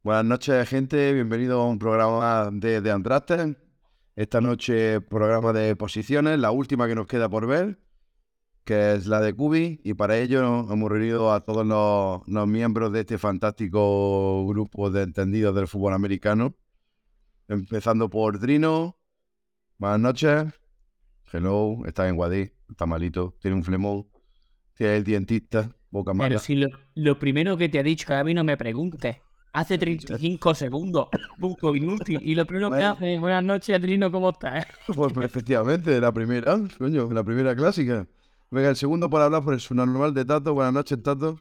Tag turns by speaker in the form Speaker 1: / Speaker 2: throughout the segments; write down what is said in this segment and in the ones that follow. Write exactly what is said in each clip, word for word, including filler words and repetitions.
Speaker 1: Buenas noches, gente. Bienvenido a un programa de, de Andraste. Esta noche, programa de posiciones, la última que nos queda por ver, que es la de Cubi. Y para ello hemos reunido a todos los, los miembros de este fantástico grupo de entendidos del fútbol americano. Empezando por Drino. Buenas noches. Hello. Está en Guadix. Está malito. Tiene un flemón. Tiene el dientista. Boca
Speaker 2: Pero
Speaker 1: mala.
Speaker 2: si lo, lo primero que te ha dicho, a mí no me preguntes. Hace treinta y cinco segundos, poco inútil. Y lo primero que
Speaker 1: Bueno,
Speaker 2: hace, buenas noches, Adrino, ¿cómo estás?
Speaker 1: pues efectivamente, la primera, coño, la primera clásica. Venga, el segundo para hablar por el subnormal de Tato. Buenas noches, Tato.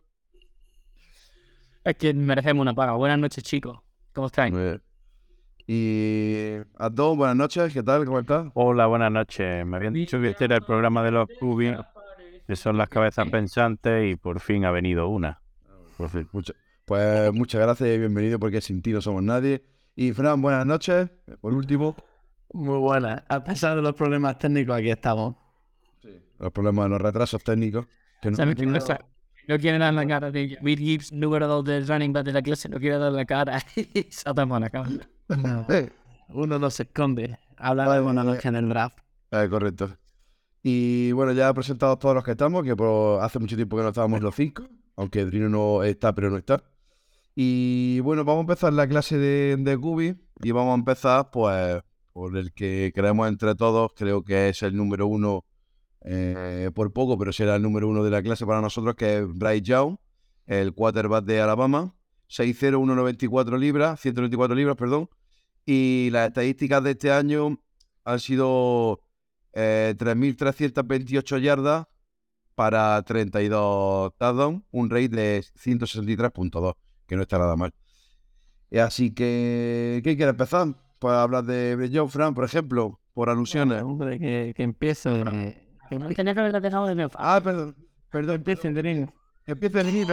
Speaker 2: Es que merecemos una paga. Buenas noches, chicos. ¿Cómo estáis?
Speaker 1: Eh, Y a todos, buenas noches, ¿qué tal? ¿Cómo estás?
Speaker 3: Hola, buenas noches. Me habían dicho que este era el programa de los Cubis, que son las cabezas pensantes, y por fin ha venido una.
Speaker 1: Por fin, mucha- pues muchas gracias y bienvenido porque sin ti no somos nadie. Y Fran, buenas noches. Por último,
Speaker 4: Muy buena. A pesar de los problemas técnicos, aquí estamos.
Speaker 1: los problemas, los retrasos técnicos. Que no,
Speaker 2: ¿Sabes qué cosa? No quiere dar la cara de Bill Gibbs, número dos del running back de la clase, no quiere dar la cara. Saltamos la cara.
Speaker 4: No,
Speaker 1: Eh,
Speaker 4: uno no se esconde. Hablaremos una noche en el draft.
Speaker 1: eh, correcto. Y bueno, ya he presentado a todos los que estamos, que por hace mucho tiempo que no estábamos los cinco, aunque Drino no está, pero no está. Y bueno, vamos a empezar la clase de, de Cubi y vamos a empezar pues por el que creemos entre todos, creo que es el número uno eh, por poco, pero será el número uno de la clase para nosotros, que es Bryce Young, el quarterback de Alabama, seis cero, ciento noventa y cuatro libras, ciento noventa y cuatro libras, perdón, y las estadísticas de este año han sido eh, tres mil trescientas veintiocho yardas para treinta y dos touchdowns, un rate de ciento sesenta y tres punto dos, que no está nada mal. Y así que, ¿qué quiere empezar? Pues hablar de Bryce Young, Fran, por ejemplo, por alusiones.
Speaker 4: Hombre, que, que empiece. Que empie-
Speaker 2: Tenía que haberla dejado de nuevo.
Speaker 1: Ah, perdón, perdón,
Speaker 4: empiece, Andrino.
Speaker 1: que empiece el niño.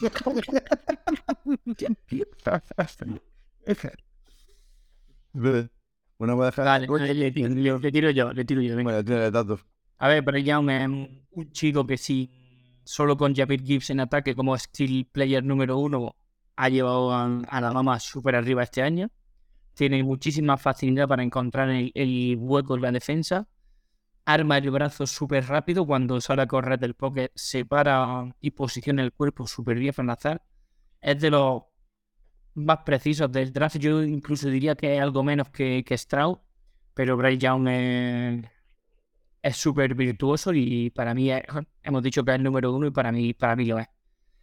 Speaker 1: Bueno, voy a dejar.
Speaker 2: Vale, le, le tiro, le- le tiro yo, le tiro yo, venga.
Speaker 1: Bueno, tiene datos.
Speaker 2: A ver, Bryce Young es un, un chico que sí, solo con Javier Gibbs en ataque como skill player número uno, ha llevado a, a la mama súper arriba este año. Tiene muchísima facilidad para encontrar el, el hueco en la defensa. Arma el brazo súper rápido cuando sale a correr del pocket, se para y posiciona el cuerpo súper bien para lanzar. Es de los más precisos del draft. Yo incluso diría que es algo menos que, que Stroud, pero Bryce Young es es súper virtuoso y para mí es- hemos dicho que es el número uno y para mí, para mí lo es.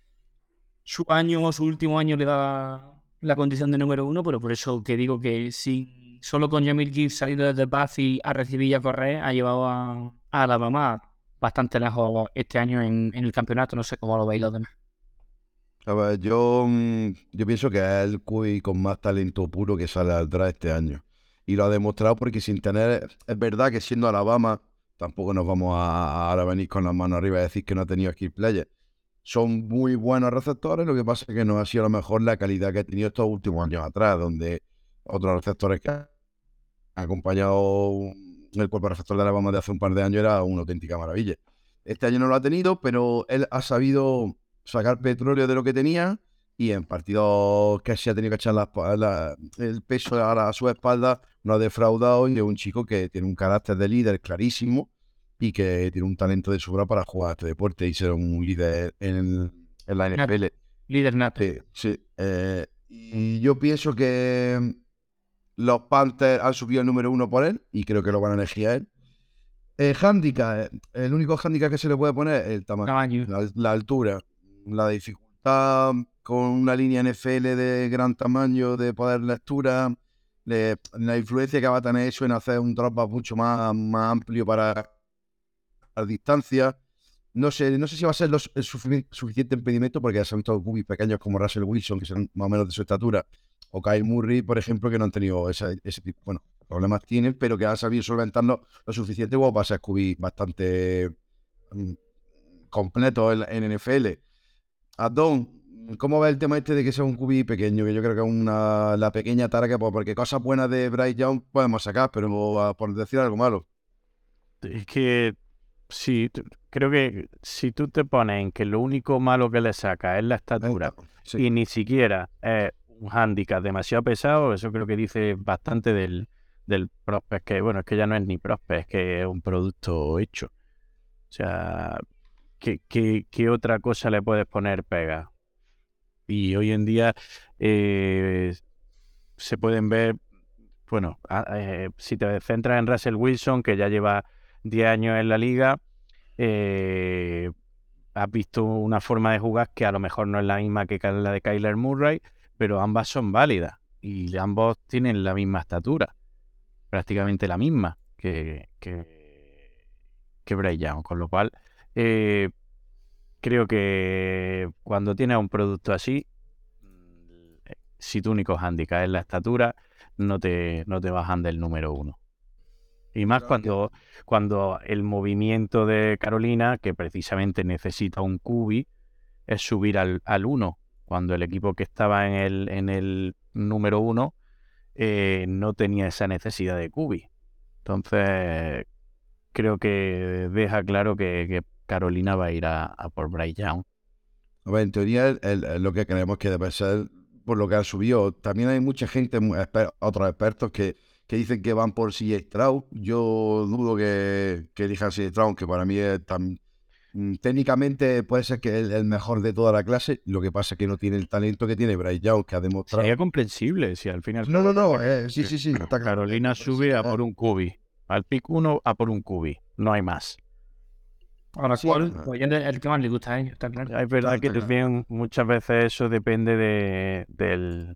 Speaker 2: Su año, su último año le da la condición de número uno, pero por eso que digo que si solo con Jamil Gibbs saliendo desde Bath y a recibir y a correr ha llevado a, a Alabama bastante lejos este año en, en el campeonato. No sé cómo lo veis los demás.
Speaker 1: A ver, yo, mm, yo pienso que es el Q I con más talento puro que sale al draft este año. Y lo ha demostrado porque sin tener... Es verdad que siendo Alabama, tampoco nos vamos a, a ahora venir con las manos arriba y decir que no ha tenido skill players. Son muy buenos receptores, lo que pasa es que no ha sido a lo mejor la calidad que ha tenido estos últimos años atrás, donde otros receptores que han acompañado el cuerpo receptor de Alabama de hace un par de años era una auténtica maravilla. Este año no lo ha tenido, pero él ha sabido sacar petróleo de lo que tenía y en partidos que se ha tenido que echar la, la, el peso a, la, a su espalda no ha defraudado y es un chico que tiene un carácter de líder clarísimo y que tiene un talento de sobra para jugar a este deporte y ser un líder en, en la N F L.
Speaker 2: Líder nato.
Speaker 1: Sí, sí. Eh, y yo pienso que los Panthers han subido el número uno por él y creo que lo van a elegir a él. El handicap, el único handicap que se le puede poner es el tamaño,
Speaker 2: Caballo.
Speaker 1: la, la altura, la dificultad con una línea N F L de gran tamaño, de poder lectura, de, la influencia que va a tener eso en hacer un drop back mucho más, más amplio para las distancias. No sé, no sé si va a ser los, el sufi- suficiente impedimento porque ya se han visto cubis pequeños como Russell Wilson, que son más o menos de su estatura, o Kyle Murray, por ejemplo, que no han tenido ese, ese tipo, bueno, problemas tienen, pero que han sabido solventarlo lo suficiente como para ser cubis bastante mm, completos en, en N F L. Adón, ¿cómo va el tema este de que sea un cubi pequeño? Que yo creo que es una, la pequeña tara que, pues, porque cosas buenas de Bryce Young podemos sacar, pero uh, por decir algo malo.
Speaker 3: Es que sí, t- creo que si tú te pones en que lo único malo que le saca es la estatura
Speaker 1: Sí.
Speaker 3: y ni siquiera es un hándicap demasiado pesado, eso creo que dice bastante del, del prospect, que bueno, es que ya no es ni prospect, es que es un producto hecho. O sea, ¿qué, qué, qué otra cosa le puedes poner pega? Y hoy en día eh, se pueden ver, bueno, a- eh, si te centras en Russell Wilson, que ya lleva diez años en la liga, eh, has visto una forma de jugar que a lo mejor no es la misma que la de Kyler Murray, pero ambas son válidas y ambos tienen la misma estatura, prácticamente la misma que, que, que Bryce Young, con lo cual eh, creo que cuando tienes un producto así, mm, si tu único hándicap es la estatura, no te, no te bajan del número uno. Y más cuando, cuando el movimiento de Carolina, que precisamente necesita un cubi, es subir al, al uno, cuando el equipo que estaba en el, en el número uno eh, no tenía esa necesidad de cubi. Entonces, creo que deja claro que, que Carolina va a ir a, a por Bryce Young.
Speaker 1: A ver, en teoría el- el- el- lo que creemos que debe ser por lo que han subido. También hay mucha gente, mu- exper- otros expertos que, que dicen que van por C J Stroud. Yo dudo que, que elijan C J Stroud, aunque para mí es tan, mm, técnicamente puede ser que es el, el mejor de toda la clase. Lo que pasa es que no tiene el talento que tiene Bryce Young, que ha demostrado.
Speaker 3: Sería comprensible si al final
Speaker 1: No, no, no, eh, sí, sí, sí. Está claro.
Speaker 3: Carolina sube a
Speaker 1: Ah,
Speaker 3: por un cubi. Al pick uno a por un cubi. No hay más.
Speaker 2: Ahora,
Speaker 1: sí,
Speaker 2: ¿cuál?
Speaker 1: ah,
Speaker 2: Pues ya es el que más le gusta a ellos, está claro.
Speaker 3: Es verdad
Speaker 1: está-
Speaker 3: que
Speaker 1: está claro.
Speaker 3: también muchas veces eso depende de, del,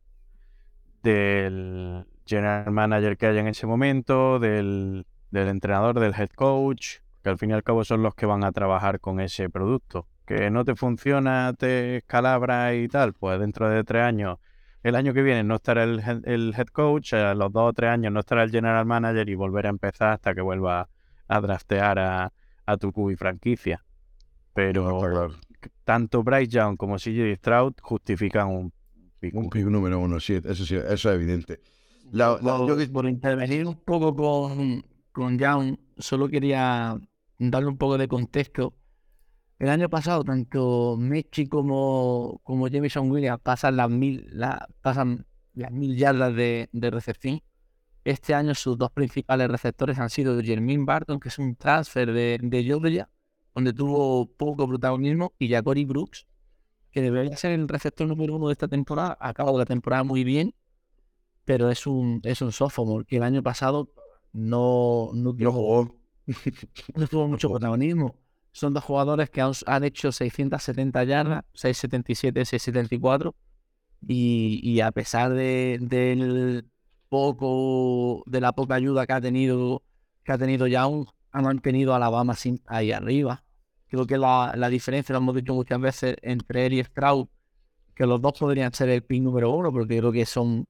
Speaker 3: del general manager que haya en ese momento, del, del entrenador, del head coach, que al fin y al cabo son los que van a trabajar con ese producto. Que no te funciona, te escalabra y tal, pues dentro de tres años, el año que viene no estará el, head- el head coach, a los dos o tres años no estará el general manager y volver a empezar hasta que vuelva a draftear a, a tu cubi franquicia.
Speaker 1: No, está
Speaker 3: Pero
Speaker 1: claro.
Speaker 3: tanto Bryce Young como C J Stroud justifican un pick
Speaker 1: Un
Speaker 3: uno.
Speaker 1: pick número uno, sí, eso sí, eso es evidente. La- la- yo
Speaker 4: Por,
Speaker 1: que-
Speaker 4: por intervenir un poco con, con Young, solo quería darle un poco de contexto. El año pasado, tanto Messi como, como Jameson Williams pasan las mil, la- pasan las mil yardas de, de recepción. Este año sus dos principales receptores han sido Jermaine Barton, que es un transfer de, de Georgia, donde tuvo poco protagonismo, y Ja'Cory Brooks, que debería ser el receptor número uno de esta temporada. Ha acabado la temporada muy bien, pero es un, es un sophomore que el año pasado no, no,
Speaker 1: no
Speaker 4: tuvo,
Speaker 1: jugó.
Speaker 4: no tuvo mucho protagonismo. Son dos jugadores que han, han hecho seiscientas setenta yardas, seiscientas setenta y siete, seiscientas setenta y cuatro, y, y a pesar de, del poco, de la poca ayuda que ha tenido, que ha tenido Young, ha mantenido a Alabama sin, ahí arriba. Creo que la, la diferencia, lo hemos dicho muchas veces, entre él y Stroud, que los dos podrían ser el pick número uno, porque creo que son...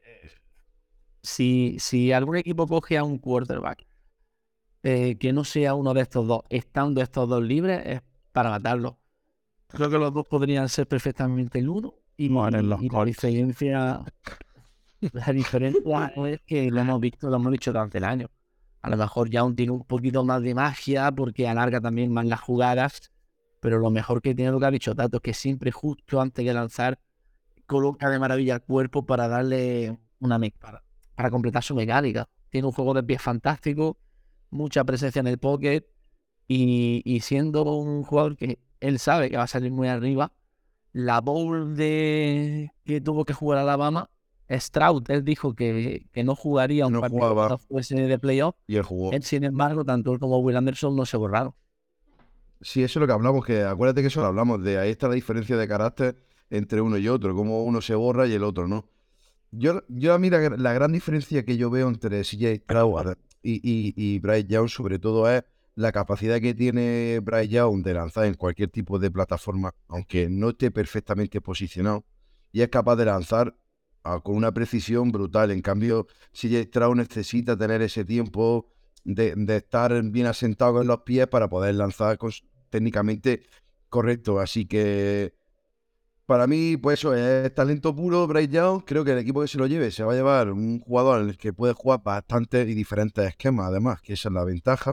Speaker 4: Si, si algún equipo coge a un quarterback eh, que no sea uno de estos dos, estando estos dos libres, es para matarlo. Creo que los dos podrían ser perfectamente el uno. Y,
Speaker 3: Mueren los
Speaker 4: y la
Speaker 3: Colts.
Speaker 4: diferencia, la diferencia es que lo hemos visto, lo hemos dicho durante el año. A lo mejor Young tiene un poquito más de magia porque alarga también más las jugadas, pero lo mejor que tiene, lo que ha dicho Tato, es que siempre justo antes de lanzar coloca de maravilla el cuerpo para darle una me- para, para completar su mecánica. Tiene un juego de pies fantástico, mucha presencia en el pocket, y, y siendo un jugador que él sabe que va a salir muy arriba, la bowl de que tuvo que jugar Alabama, Stroud, él dijo que, que no jugaría un
Speaker 1: No
Speaker 4: partido
Speaker 1: jugaba.
Speaker 4: que no fuese de playoff.
Speaker 1: Y él jugó.
Speaker 4: Él, sin embargo, tanto él como Will Anderson no se borraron.
Speaker 1: Sí, eso es lo que hablamos, que acuérdate que eso lo hablamos, de ahí está la diferencia de carácter entre uno y otro, como uno se borra y el otro no. Yo, yo a mí la, la gran diferencia que yo veo entre C J Stroud y, y, y Bryce Young sobre todo es la capacidad que tiene Bryce Young de lanzar en cualquier tipo de plataforma, aunque no esté perfectamente posicionado, y es capaz de lanzar a- con una precisión brutal. En cambio, C J Stroud necesita tener ese tiempo de, de estar bien asentado con los pies para poder lanzar con- técnicamente correcto. Así que para mí, pues eso es talento puro, Bryce Young. Creo que el equipo que se lo lleve se va a llevar un jugador en el que puede jugar bastantes y diferentes esquemas, además, que esa es la ventaja.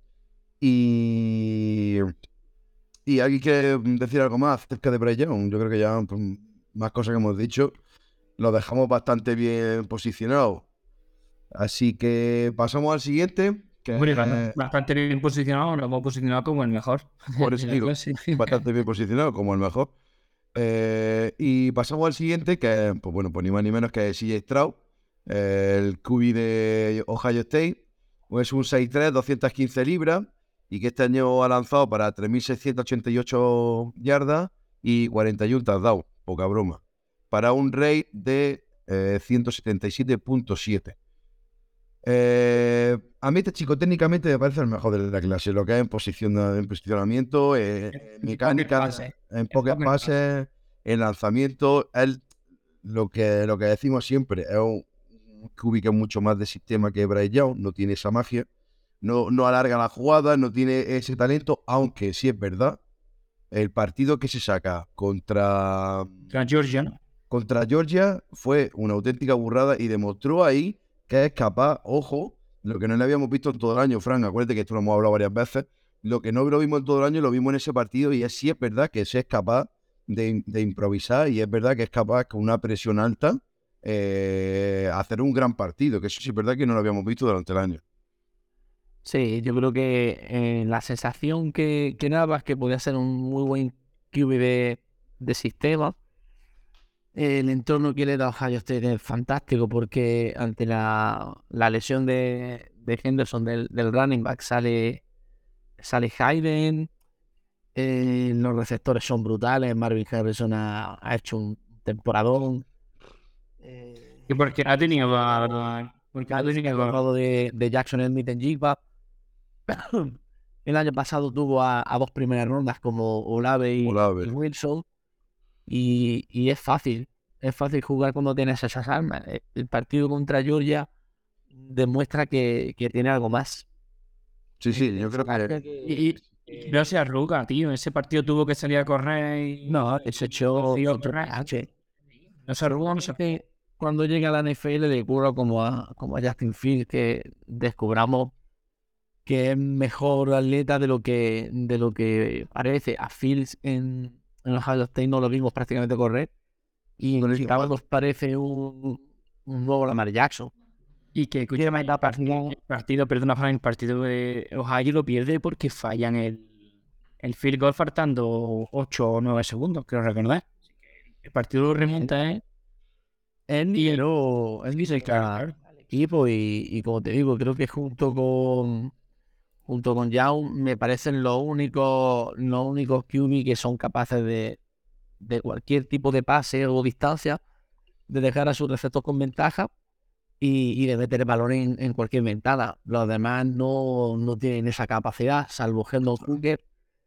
Speaker 1: Y, y hay que decir algo más acerca de Bryce Young. Yo creo que ya pues, más cosas que hemos dicho. lo dejamos bastante bien posicionado. Así que pasamos al siguiente, que
Speaker 2: Hombre,
Speaker 1: es,
Speaker 2: bastante- bastante bien posicionado, lo hemos posicionado como el mejor.
Speaker 1: por eso
Speaker 2: de la
Speaker 1: digo,
Speaker 2: clase.
Speaker 1: bastante bien posicionado, como el mejor. Eh, y pasamos al siguiente, que es, pues bueno, pues ni más ni menos que C J Stroud, eh, el Q B de Ohio State. Pues es un seis tres, doscientas quince libras, y que este año ha lanzado para tres mil seiscientas ochenta y ocho yardas y cuarenta y uno touchdowns, poca broma, para un rate de eh, ciento setenta y siete punto siete. Eh, a mí este chico técnicamente me parece el mejor de la clase, lo que es en, posición, en posicionamiento, eh, en mecánica,
Speaker 2: pases.
Speaker 1: en pocos
Speaker 2: pocket
Speaker 1: pases, en lanzamiento. Él, lo que, lo que decimos siempre, es un, un Q B que es mucho más de sistema que Bryce Young, no tiene esa magia, no, no alarga la jugada, no tiene ese talento, aunque sí es verdad, el partido que se saca contra,
Speaker 2: Contra Georgia, ¿no?
Speaker 1: contra Georgia fue una auténtica burrada y demostró ahí que es capaz, ojo, lo que no le habíamos visto en todo el año, Frank, acuérdate que esto lo hemos hablado varias veces, lo que no lo vimos en todo el año lo vimos en ese partido, y es, sí es verdad que se es capaz de, de improvisar, y es verdad que es capaz con una presión alta eh, hacer un gran partido, que eso sí es verdad que no lo habíamos visto durante el año.
Speaker 4: Sí, yo creo que eh, la sensación que, que daba es que podía ser un muy buen Q B de, de sistema. El entorno que le da Ohio State es fantástico porque ante la, la lesión de, de Henderson del, del running back sale, sale Hayden, eh, los receptores son brutales, Marvin Harrison ha, ha hecho un temporadón. Eh,
Speaker 2: Y porque ha tenido a- porque ha
Speaker 4: Madison
Speaker 2: tenido
Speaker 4: ha agarrado de, de Jackson Smith en Jigba. El año pasado tuvo a, a dos primeras rondas como Olave y,
Speaker 1: Olave.
Speaker 4: y Wilson. Y, y es fácil, es fácil jugar cuando tienes esas armas. El, el partido contra Georgia demuestra que, que tiene algo más.
Speaker 1: Sí, sí, yo creo que...
Speaker 2: Y, y- y no se arruga, tío. Ese partido tuvo que salir a correr y...
Speaker 4: No, se echó
Speaker 2: Sí,
Speaker 4: otro
Speaker 2: otra
Speaker 4: H.
Speaker 2: No se arruga, no se
Speaker 4: Que cuando llega a la N F L le ocurre como a, como a Justin Fields, que descubramos que es mejor atleta de lo que, de lo que parece. A Fields en, en Ohio State no lo vimos prácticamente correr. Y en Chicago nos parece un, un nuevo Lamar Jackson.
Speaker 2: Y que, escúchame, el partido, el partido, perdona, Fran, el partido de Ohio lo pierde porque fallan el, el field goal faltando ocho o nueve segundos, creo recordar. El partido lo remonta, ¿eh?
Speaker 4: Él lideró, él lideró al equipo y, y como te digo, creo que junto con junto con Young me parecen los únicos los únicos Q B que son capaces de, de cualquier tipo de pase o distancia, de dejar a sus receptores con ventaja y, y de meter el balón en, en cualquier ventana. Los demás no, no tienen esa capacidad, salvo Hendon Hooker,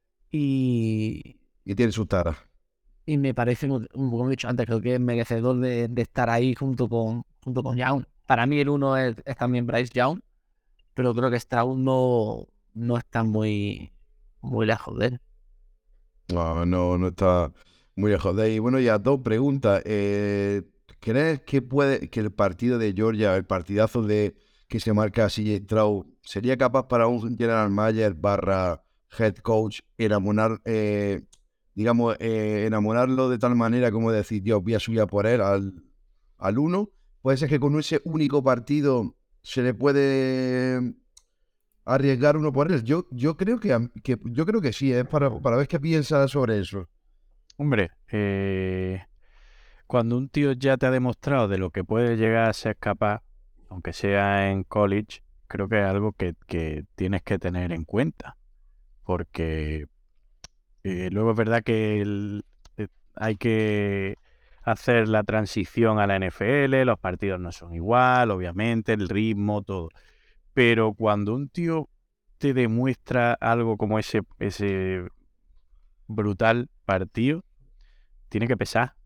Speaker 4: y,
Speaker 1: Y tiene sus taras.
Speaker 4: y me parece, como como he dicho antes, creo que es merecedor de, de estar ahí junto con, junto con Young. Para mí el uno es, es también Bryce Young, pero creo que Stroud no, no está muy, muy lejos de él.
Speaker 1: No, no, no está muy lejos de ahí. Bueno, ya dos preguntas. Eh, ¿crees que puede que el partido de Georgia, el partidazo de que se marca C J Stroud, sería capaz para un general manager barra head coach enamorar, eh, digamos, eh, enamorarlo de tal manera como decir, Dios, voy a subir a por él al, al uno? Puede ser que con ese único partido se le puede arriesgar uno por él. Yo, yo creo que, am- que yo creo que sí, es para, para ver qué piensa sobre eso.
Speaker 3: Hombre, eh, cuando un tío ya te ha demostrado de lo que puede llegar a ser capaz, aunque sea en college, creo que es algo que, que tienes que tener en cuenta. Porque eh, luego es verdad que el- eh, hay que hacer la transición a la N F L, los partidos no son igual, obviamente, el ritmo, todo. Pero cuando un tío te demuestra algo como ese, ese brutal partido, tiene que pesar.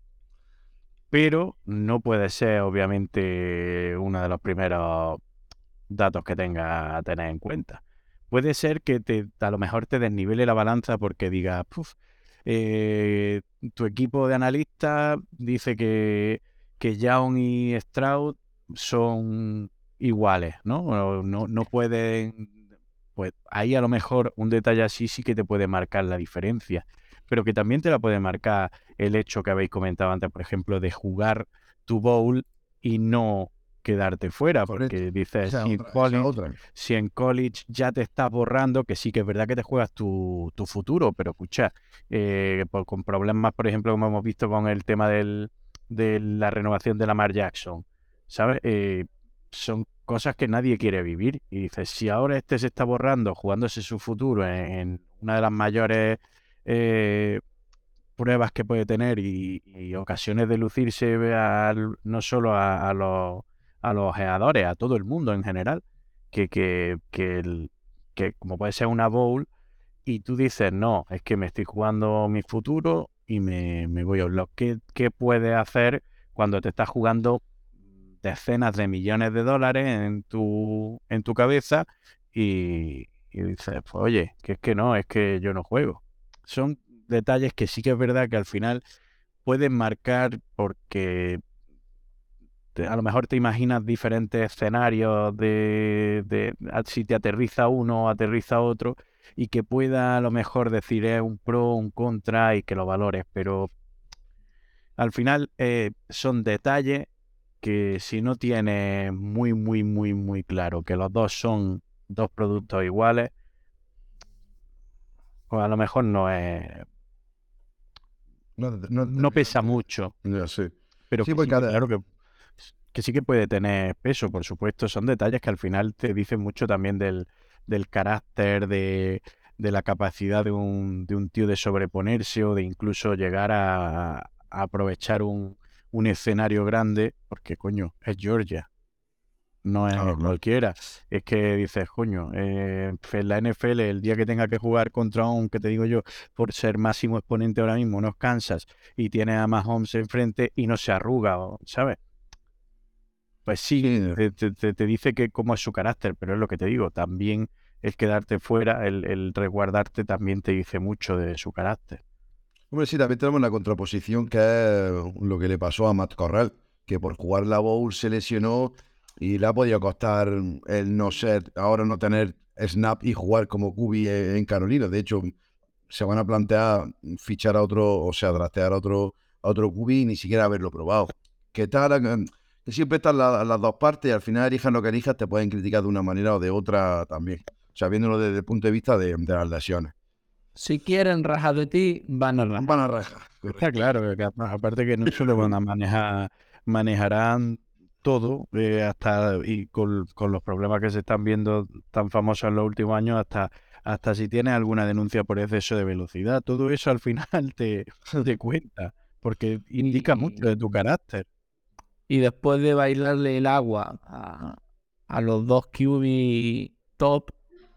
Speaker 3: Pero no puede ser, obviamente, uno de los primeros datos que tenga a tener en cuenta. Puede ser que te, a lo mejor te desnivele la balanza porque digas, "Puf, eh, tu equipo de analistas dice que, que Young y Stroud son iguales, ¿no? O no, no pueden... Pues ahí a lo mejor un detalle así sí que te puede marcar la diferencia, pero que también te la puede marcar el hecho que habéis comentado antes, por ejemplo, de jugar tu bowl y no quedarte fuera,
Speaker 1: Correcto.
Speaker 3: porque dices,
Speaker 1: Esa
Speaker 3: si,
Speaker 1: es
Speaker 3: en
Speaker 1: otra, esa es
Speaker 3: college,
Speaker 1: otra.
Speaker 3: si en college ya te estás borrando, que sí que es verdad que te juegas tu, tu futuro, pero escucha, eh, por- con problemas, por ejemplo, como hemos visto con el tema del, de la renovación de Lamar Jackson, ¿sabes? Eh, son cosas que nadie quiere vivir. Y dices, si ahora este se está borrando, jugándose su futuro en, en una de las mayores eh, pruebas que puede tener y, y ocasiones de lucirse al- no solo a, a los, a los ojeadores, a todo el mundo en general, que, que, que, el- que como puede ser una bowl, y tú dices, no, es que me estoy jugando mi futuro y me, me voy a un lado. ¿Qué, qué puedes hacer cuando te estás jugando decenas de millones de dólares en tu, en tu cabeza y, y dices, pues oye, que es que no, es que yo no juego? Son detalles que sí que es verdad que al final pueden marcar porque te- a lo mejor te imaginas diferentes escenarios de, de a- si te aterriza uno o aterriza otro y que pueda a lo mejor decir es un pro, un contra y que lo valores, pero al final eh, son detalles que si no tienes muy, muy, muy, muy claro que los dos son dos productos iguales, pues a lo mejor no es,
Speaker 1: No, te- no te
Speaker 3: no
Speaker 1: termina
Speaker 3: pesa
Speaker 1: de-
Speaker 3: mucho,
Speaker 1: Ya, sí.
Speaker 3: pero
Speaker 1: Sí,
Speaker 3: que
Speaker 1: pues
Speaker 3: sí que,
Speaker 1: cada...
Speaker 3: claro que, que sí que puede tener peso, por supuesto. Son detalles que al final te dicen mucho también del, del carácter, de, de la capacidad de un, de un tío de sobreponerse o de incluso llegar a, a aprovechar un, un escenario grande, porque coño, es Georgia. No es
Speaker 1: Claro, claro.
Speaker 3: cualquiera. Es que dices, coño, eh, en la N F L, el día que tenga que jugar contra un, que te digo yo, por ser máximo exponente ahora mismo, no es Kansas, y tiene a Mahomes enfrente y no se arruga, o- ¿sabes? Pues sí,
Speaker 1: Sí,
Speaker 3: te, te- te- te dice que cómo es su carácter, pero es lo que te digo, también el quedarte fuera, el, el resguardarte, también te dice mucho de su carácter.
Speaker 1: hombre, sí, también tenemos una contraposición que es lo que le pasó a Matt Corral, que por jugar la Bowl se lesionó y le ha podido costar el no ser, ahora no tener snap y jugar como Q B en Carolina. De hecho, se van a plantear fichar a otro, o sea, draftear a otro, a otro Q B y ni siquiera haberlo probado. ¿Qué tal? Eh, Que siempre están la- las dos partes y al final elijas lo que elijas, te pueden criticar de una manera o de otra también. O sea, viéndolo desde el punto de vista de, de las lesiones.
Speaker 4: Si quieren rajar de ti, van a rajar.
Speaker 1: Van a rajar.
Speaker 3: Está claro, que a- aparte que no solo van a manejar, manejarán todo, eh, hasta y con, con los problemas que se están viendo tan famosos en los últimos años, hasta, hasta si tienes alguna denuncia por exceso de velocidad, todo eso al final te, te cuenta, porque indica mucho de tu carácter.
Speaker 4: Y después de bailarle el agua a, a los dos Q B top,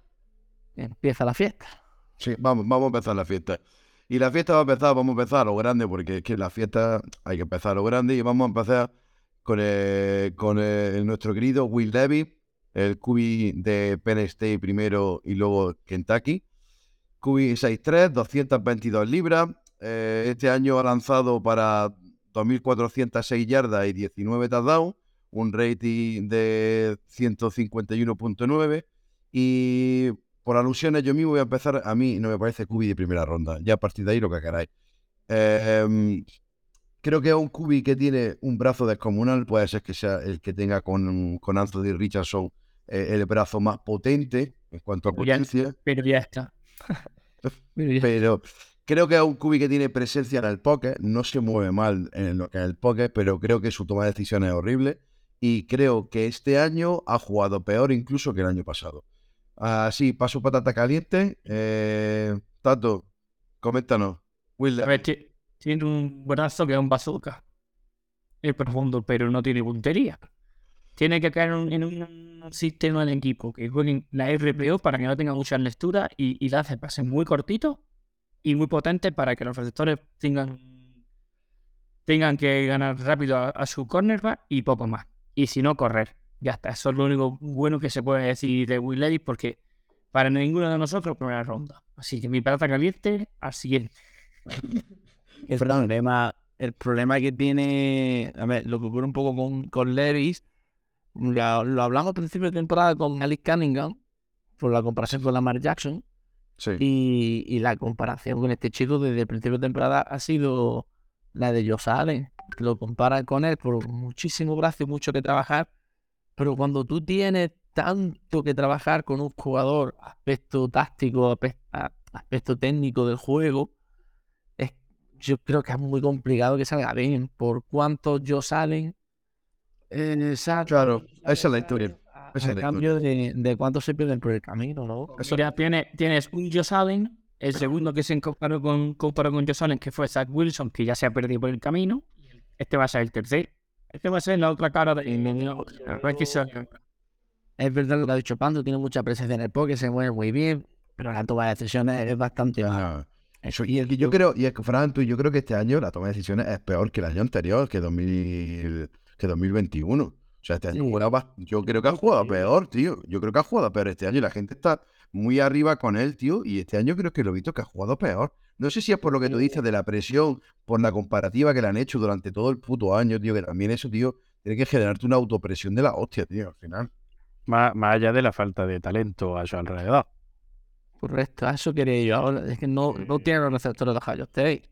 Speaker 4: empieza la fiesta.
Speaker 1: Sí, vamos, vamos a empezar la fiesta. Y la fiesta va a empezar, vamos a empezar a lo grande, porque es que la fiesta hay que empezar a lo grande y vamos a empezar con, el- con el- nuestro querido Will Levis, el Q B de Penn State primero y luego Kentucky. Q B seis tres, doscientas veintidós libras. Eh, este año ha lanzado para dos mil cuatrocientas seis yardas y diecinueve touchdowns, un rating de ciento cincuenta y uno punto nueve. Y por alusiones, yo mismo voy a empezar. A mí no me parece Q B de primera ronda. Ya a partir de ahí lo que queráis. Eh, em, creo que es un Q B que tiene un brazo descomunal. Puede ser que sea el que tenga con, con Anthony Richardson eh, el brazo más potente en cuanto a
Speaker 2: Pero ya,
Speaker 1: potencia.
Speaker 2: pero ya está. Pero ya-
Speaker 1: Pero creo que es un Q B que tiene presencia en el pocket. No se mueve mal en lo que es el pocket, pero creo que su toma de decisiones es horrible. Y creo que este año ha jugado peor incluso que el año pasado. Así, paso patata caliente. Eh, Tato, coméntanos. Will
Speaker 2: A ver,
Speaker 1: Levis.
Speaker 2: ti- tiene un brazo que es un bazooka. Es profundo, pero no tiene puntería. Tiene que caer en un, en un sistema del equipo que jueguen la R P O para que no tenga mucha lectura y, y le hace pases muy cortitos y muy potentes para que los receptores tengan, tengan que ganar rápido a, a su cornerback y poco más. Y si no, correr. Ya está. Eso es lo único bueno que se puede decir de Will Levis porque para ninguno de nosotros primera ronda. Así que mi plata caliente al siguiente.
Speaker 4: El problema, el problema que tiene, a ver, lo que ocurre un poco con, con Levis, lo, lo hablamos al principio de temporada con Malik Cunningham, por la comparación con Lamar Jackson,
Speaker 1: Sí.
Speaker 4: y, y la comparación con este chico desde el principio de temporada ha sido la de Josh Allen. Lo comparan con él por muchísimo brazo y mucho que trabajar, pero cuando tú tienes tanto que trabajar con un jugador, aspecto táctico, ape- a- aspecto técnico del juego, es, yo creo que es muy complicado que salga bien. Por cuánto Josh Allen eh, sale,
Speaker 1: Claro, esa es la historia.
Speaker 4: a,
Speaker 1: Esa
Speaker 4: a
Speaker 1: es la
Speaker 4: cambio de, de cuánto se pierden por el camino, ¿no?
Speaker 1: Eso-
Speaker 2: Mira, tiene- tienes un Josh Allen, el segundo que se comparó con, comparó con Josh Allen, que fue Zach Wilson, que ya se ha perdido por el camino. Este va a ser el tercero. Este va a ser la otra cara de...
Speaker 4: Es verdad lo que ha dicho Pando, tiene mucha presencia en el poke, se mueve muy bien, pero la toma de decisiones es bastante baja.
Speaker 1: Ah, eso, y, y yo creo, y es que, Fran, tú, yo creo que este año la toma de decisiones es peor que el año anterior, que dos mil, que dos mil veintiuno. O sea, este año
Speaker 4: Sí.
Speaker 1: juega bast- yo creo que ha jugado peor, tío. Yo creo que ha jugado peor este año y la gente está muy arriba con él, tío. Y este año creo que lo he visto que ha jugado peor. No sé si es por lo que tú dices de la presión, por la comparativa que le han hecho durante todo el puto año, tío, que también eso, tío, tiene que generarte una autopresión de la hostia, tío, al final.
Speaker 3: Más, más allá de la falta de talento a su alrededor.
Speaker 4: Correcto, a eso quería yo. Ahora es que no, no tiene los receptores de Ohio State.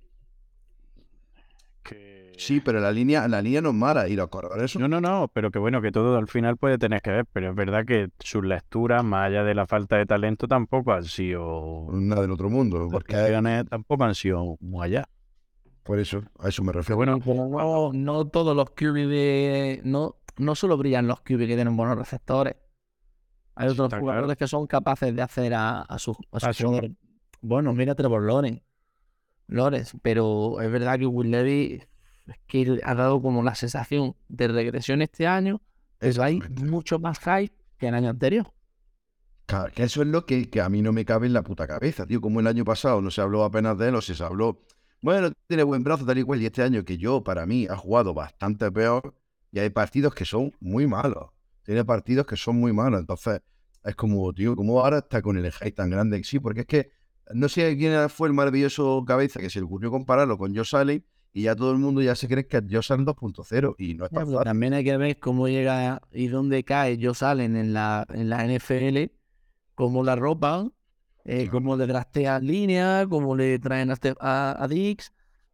Speaker 3: Que...
Speaker 1: Sí, pero la línea, la línea no es mala y los corredores son...
Speaker 3: No, no, no, pero que bueno, que todo al final puede tener que ver, pero es verdad que sus lecturas, más allá de la falta de talento, tampoco han sido...
Speaker 1: nada del otro mundo,
Speaker 3: Las
Speaker 1: porque
Speaker 3: decisiones tampoco han sido muy allá.
Speaker 1: por eso, a eso me
Speaker 3: Pero
Speaker 1: refiero.
Speaker 3: bueno,
Speaker 4: No, no todos los Q B de... No, no solo brillan los Q B que tienen buenos receptores. Hay otros
Speaker 3: Está
Speaker 4: jugadores
Speaker 3: claro.
Speaker 4: que son capaces de hacer a, a sus a sus
Speaker 3: A su-
Speaker 4: jugadores. Bueno, mira Trevor Lawrence. Lawrence, pero es verdad que Will Levis es que ha dado como la sensación de regresión este año, pero hay
Speaker 1: Exactamente.
Speaker 4: mucho más hype que el año anterior.
Speaker 1: Claro, que eso es lo que, que a mí no me cabe en la puta cabeza, tío. Como el año pasado no se habló apenas de él, o si se habló, bueno, tiene buen brazo, tal y cual, y este año que yo, para mí, ha jugado bastante peor, y hay partidos que son muy malos. Tiene partidos que son muy malos, entonces es como, tío, ¿cómo ahora está con el hype tan grande? Sí, porque es que no sé quién fue el maravilloso cabeza que se le ocurrió compararlo con Josh Allen, y ya todo el mundo ya se cree que es Josh Allen dos punto cero, y no es
Speaker 4: Ya,
Speaker 1: tan
Speaker 4: pero
Speaker 1: fácil.
Speaker 4: también hay que ver cómo llega y dónde cae Josh Allen en la, en la N F L, cómo la ropan, eh,
Speaker 1: Claro.
Speaker 4: cómo le draftean línea, cómo le traen a, Ste- a, a Dix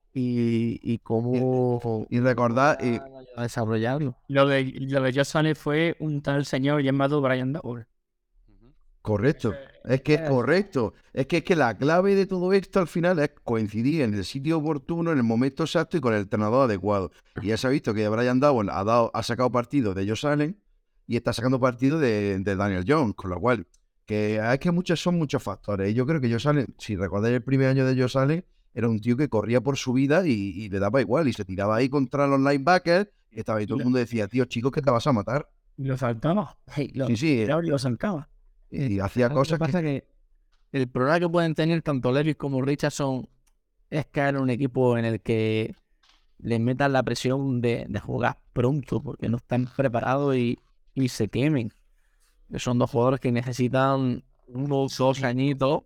Speaker 4: y, y cómo
Speaker 1: Y recordad, y,
Speaker 4: van a desarrollarlo.
Speaker 2: Lo de, lo de Josh Allen fue un tal señor llamado Brian Double.
Speaker 1: correcto, es que es
Speaker 4: es-
Speaker 1: correcto. Es que, es que la clave de todo esto al final es coincidir en el sitio oportuno, en el momento exacto y con el entrenador adecuado. Y ya se ha visto que Brian Double ha, dado, ha sacado partido de Josh Allen y está sacando partido de, de Daniel Jones, con lo cual, que es que muchos son muchos factores. Y yo creo que Josh Allen, si recordáis el primer año de Josh Allen, era un tío que corría por su vida y, y le daba igual, y se tiraba ahí contra los linebackers y estaba ahí todo el mundo decía, tío, chicos, que te vas a matar.
Speaker 2: Y lo saltaba.
Speaker 4: Hey, lo-
Speaker 1: Sí, sí,
Speaker 2: Y lo saltaba.
Speaker 1: y hacía
Speaker 4: ¿sabes lo
Speaker 1: cosas
Speaker 4: que pasa? Que el problema que pueden tener tanto Levis como Richardson es caer en un equipo en el que les metan la presión de, de jugar pronto porque no están preparados y, y se quemen. Que son dos jugadores que necesitan unos dos añitos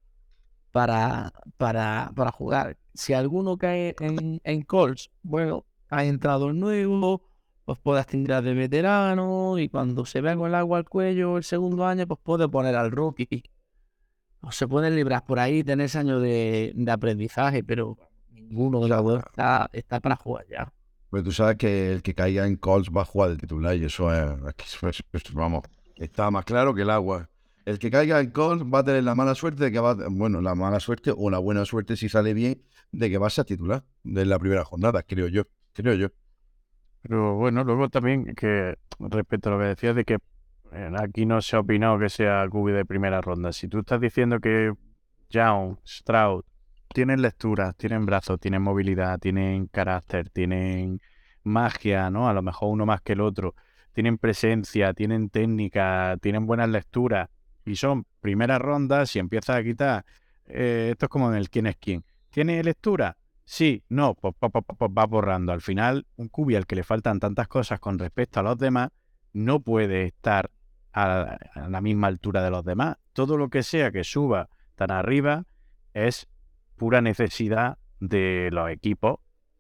Speaker 4: para, para, para jugar. Si alguno cae en, en Colts, bueno, ha entrado el nuevo, pues puedes tirar de veterano y cuando se vea con el agua al cuello el segundo año, pues puede poner al rookie. O se pueden librar por ahí, tener ese año de, de aprendizaje, pero ninguno de los dos está, está para jugar ya.
Speaker 1: Pero tú sabes que el que caiga en Colts va a jugar de titular y eso es, es que eso es- es- vamos, está más claro que el agua. El que caiga en Colts va a tener la mala suerte de que va, bueno, la mala suerte o la buena suerte si sale bien, de que va a ser titular de la primera jornada, creo yo, creo yo.
Speaker 3: pero bueno, luego también que respecto a lo que decías de que eh, aquí no se ha opinado que sea Q B de primera ronda. Si tú estás diciendo que Young, Stroud, tienen lecturas, tienen brazos, tienen movilidad, tienen carácter, tienen magia, ¿no? A lo mejor uno más que el otro, tienen presencia, tienen técnica, tienen buenas lecturas y son primeras rondas, si empiezas a quitar, eh, esto es como en el quién es quién. ¿Tiene lectura? Sí, no, pues, pues, pues, pues va borrando. Al final, un Q B al que le faltan tantas cosas con respecto a los demás, no puede estar a, a la misma altura de los demás. Todo lo que sea que suba tan arriba es pura necesidad de los equipos,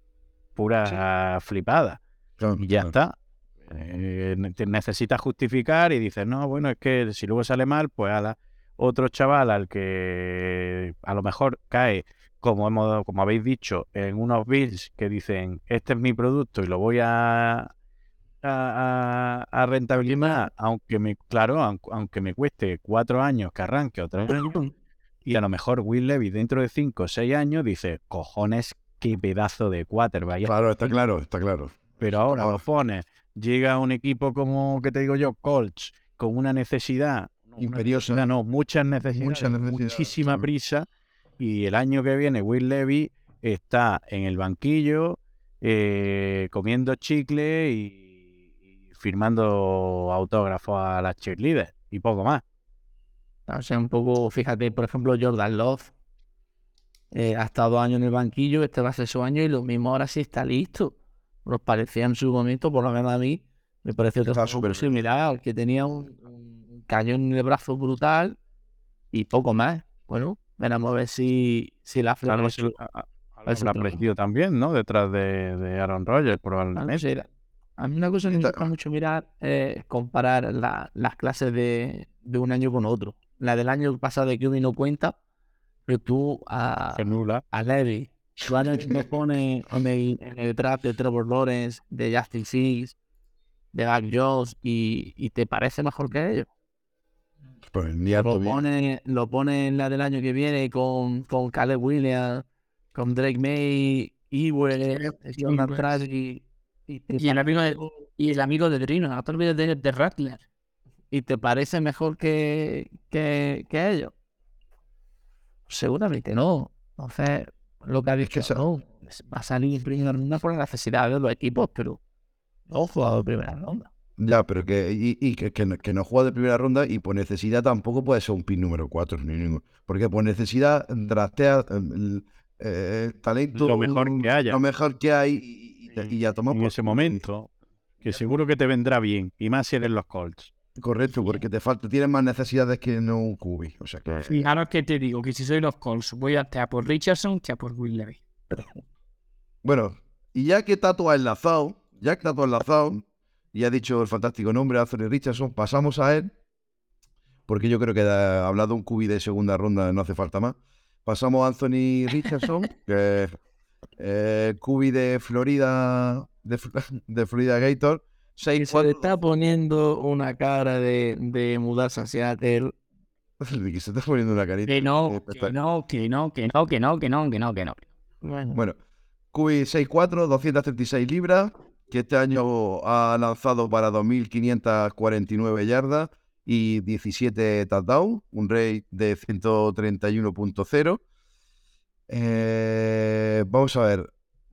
Speaker 3: pura flipada.
Speaker 1: Claro,
Speaker 3: Y ya
Speaker 1: claro.
Speaker 3: está. Eh, ne- te necesitas justificar y dices, no, bueno, es que si luego sale mal, pues ala, otro chaval al que a lo mejor cae como hemos, como habéis dicho, en unos builds que dicen, este es mi producto y lo voy a, a, a- a rentabilizar, aunque me, claro, aunque, aunque me cueste cuatro años que arranque otra vez, y a lo mejor Will Levis dentro de cinco o seis años dice, cojones, qué pedazo de quarterback.
Speaker 1: Claro, está claro, está claro.
Speaker 3: Pero ahora
Speaker 1: Ah,
Speaker 3: lo pones, llega un equipo como, que te digo yo, Colts, con una necesidad, no, una
Speaker 1: Imperiosa.
Speaker 3: necesidad, no, muchas necesidades,
Speaker 1: Muchas necesidades,
Speaker 3: muchísima
Speaker 1: sí.
Speaker 3: prisa, y el año que viene Will Levis está en el banquillo eh, comiendo chicle y, y firmando autógrafos a las cheerleaders y poco más.
Speaker 4: O sea, un poco, fíjate, por ejemplo, Jordan Love eh, ha estado dos años en el banquillo, este va a ser su año y lo mismo ahora sí está listo. Nos parecía en su momento, por lo menos a mí, me pareció que
Speaker 1: Está
Speaker 4: estaba
Speaker 1: súper
Speaker 4: súper similar, que tenía un, un cañón en el brazo brutal y poco más. Bueno, veremos a ver si, si la
Speaker 3: Claro,
Speaker 4: flor
Speaker 3: es el- a- a-
Speaker 4: a ver si
Speaker 3: habrá
Speaker 4: lo-
Speaker 3: presidido también, ¿no? Detrás de, de Aaron Rodgers,
Speaker 4: Ah, no
Speaker 3: probablemente.
Speaker 4: sé, la- a mí una cosa que me
Speaker 1: Está-
Speaker 4: gusta mucho mirar es comparar la- las clases de, de un año con otro. La del año pasado de Q B no cuenta, pero tú a,
Speaker 3: Que nula.
Speaker 4: a Levi, tú ahora me pones en el, en el draft de Trevor Lawrence, de Justin Fields, de Mac Jones y, y te parece mejor que ellos.
Speaker 1: Pues ni
Speaker 4: Lo
Speaker 1: harto bien.
Speaker 4: pone, lo pone en la del año que viene con, con Caleb Williams, con Drake May, Ewell, Jordan Travis y, y, te
Speaker 2: Y el
Speaker 4: parece
Speaker 2: amigo de,
Speaker 4: mejor-
Speaker 2: y el amigo de Drino, no te olvides de, de Rattler.
Speaker 4: y te parece mejor que, que, que ellos. Seguramente no. Entonces, lo que ha dicho,
Speaker 1: que esa-
Speaker 4: no, va a salir en primera ronda por la necesidad de los equipos, pero no jugado en primera ronda.
Speaker 1: Ya, pero que, y, y que, que no, que no juega de primera ronda y por necesidad tampoco puede ser un pick número cuatro ni ninguno. Porque por necesidad draftea eh, el, eh, talento,
Speaker 3: Lo mejor que haya.
Speaker 1: lo mejor que hay y, y, y ya toma
Speaker 3: en
Speaker 1: por
Speaker 3: ese
Speaker 1: culo.
Speaker 3: momento, que seguro que te vendrá bien, y más si eres los Colts.
Speaker 1: Correcto, porque te falta, tienes más necesidades que no un Q B. O sea que.
Speaker 2: Fijaros que te digo que si soy los Colts, voy a estar por Richardson que a por Will Levis.
Speaker 1: Bueno, y ya que está todo enlazado, ya que está todo enlazado, y ha dicho el fantástico nombre Anthony Richardson, pasamos a él, porque yo creo que de, hablado de un Q B de segunda ronda no hace falta más. Pasamos a Anthony Richardson, que es eh, Q B de Florida, de, Fl- de Florida Gator,
Speaker 4: Y
Speaker 1: seis
Speaker 4: se le está poniendo una cara de, de mudarse a Seattle.
Speaker 1: que se está poniendo una carita.
Speaker 2: Que no,
Speaker 1: Eh,
Speaker 2: que no, que no, que no, que no, que no, que no, que no.
Speaker 4: Bueno,
Speaker 1: Bueno, Q B seis cuatro, doscientas treinta y seis libras, que este año ha lanzado para dos mil quinientas cuarenta y nueve yardas y diecisiete touchdowns, un rate de ciento treinta y uno punto cero. Eh, vamos a ver.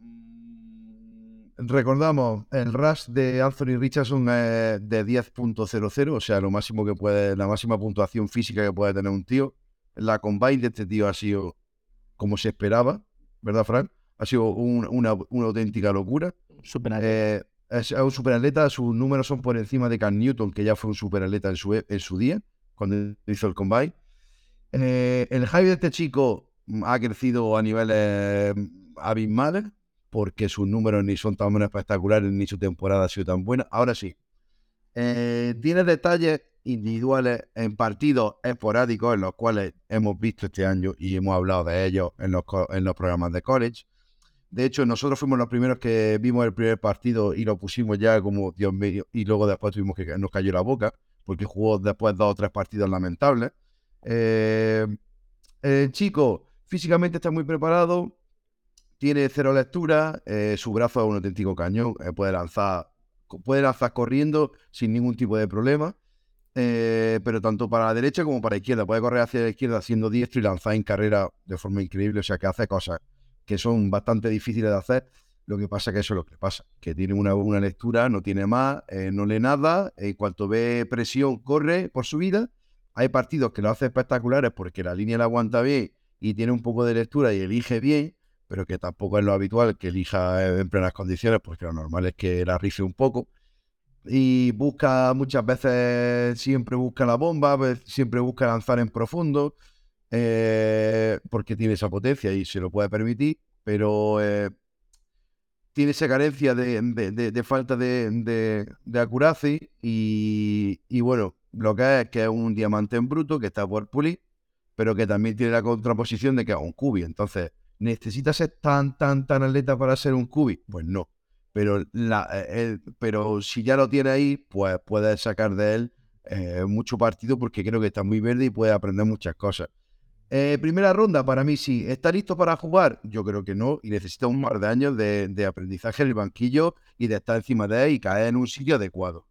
Speaker 1: Mm, Recordamos, el rush de Anthony Richardson es de diez punto cero cero, o sea, lo máximo que puede, la máxima puntuación física que puede tener un tío. La combine de este tío ha sido como se esperaba, ¿verdad, Frank? Ha sido un- una, una auténtica locura.
Speaker 4: super
Speaker 1: Eh, es, es un superatleta, sus números son por encima de Cam Newton, que ya fue un superatleta en su, e- en su día, cuando hizo el combine. Eh, el hype de este chico mm, ha crecido a niveles mm, abismales, porque sus números ni son tan espectaculares, ni su temporada ha sido tan buena. Ahora sí, eh, tiene detalles individuales en partidos esporádicos en los cuales hemos visto este año y hemos hablado de ellos en los, co- en los programas de college. De hecho, nosotros fuimos los primeros que vimos el primer partido y lo pusimos ya como Dios mío, y luego después tuvimos que nos cayó la boca porque jugó después dos o tres partidos lamentables. Eh, el chico físicamente está muy preparado, tiene cero lectura, eh, su brazo es un auténtico cañón, eh, puede lanzar, puede lanzar corriendo sin ningún tipo de problema. Eh, pero tanto para la derecha como para la izquierda. Puede correr hacia la izquierda siendo diestro y lanzar en carrera de forma increíble. O sea, que hace cosas que son bastante difíciles de hacer. Lo que pasa que eso es lo que pasa. Que tiene una, una lectura, no tiene más, eh, no lee nada. En cuanto ve presión, corre por su vida. Hay partidos que lo hace espectaculares porque la línea la aguanta bien y tiene un poco de lectura y elige bien, pero que tampoco es lo habitual que elija en plenas condiciones, porque lo normal es que la rife un poco. Y busca muchas veces, siempre busca la bomba, ve- siempre busca lanzar en profundo, eh, porque tiene esa potencia y se lo puede permitir, pero eh, tiene esa carencia de, de- de- de falta de, de, de accuracy y, y bueno, lo que es que es un diamante en bruto que está por pulir, pero que también tiene la contraposición de que es un cubi. Entonces, ¿Necesitas ser tan, tan, tan atleta para ser un cubi? Pues no. Pero, la, eh, el- pero si ya lo tiene ahí, pues puedes sacar de él eh, mucho partido porque creo que está muy verde y puede aprender muchas cosas. Eh, primera ronda, para mí sí. ¿Está listo para jugar? Yo creo que no. Y necesita un par de años de, de aprendizaje en el banquillo y de estar encima de él y caer en un sitio adecuado.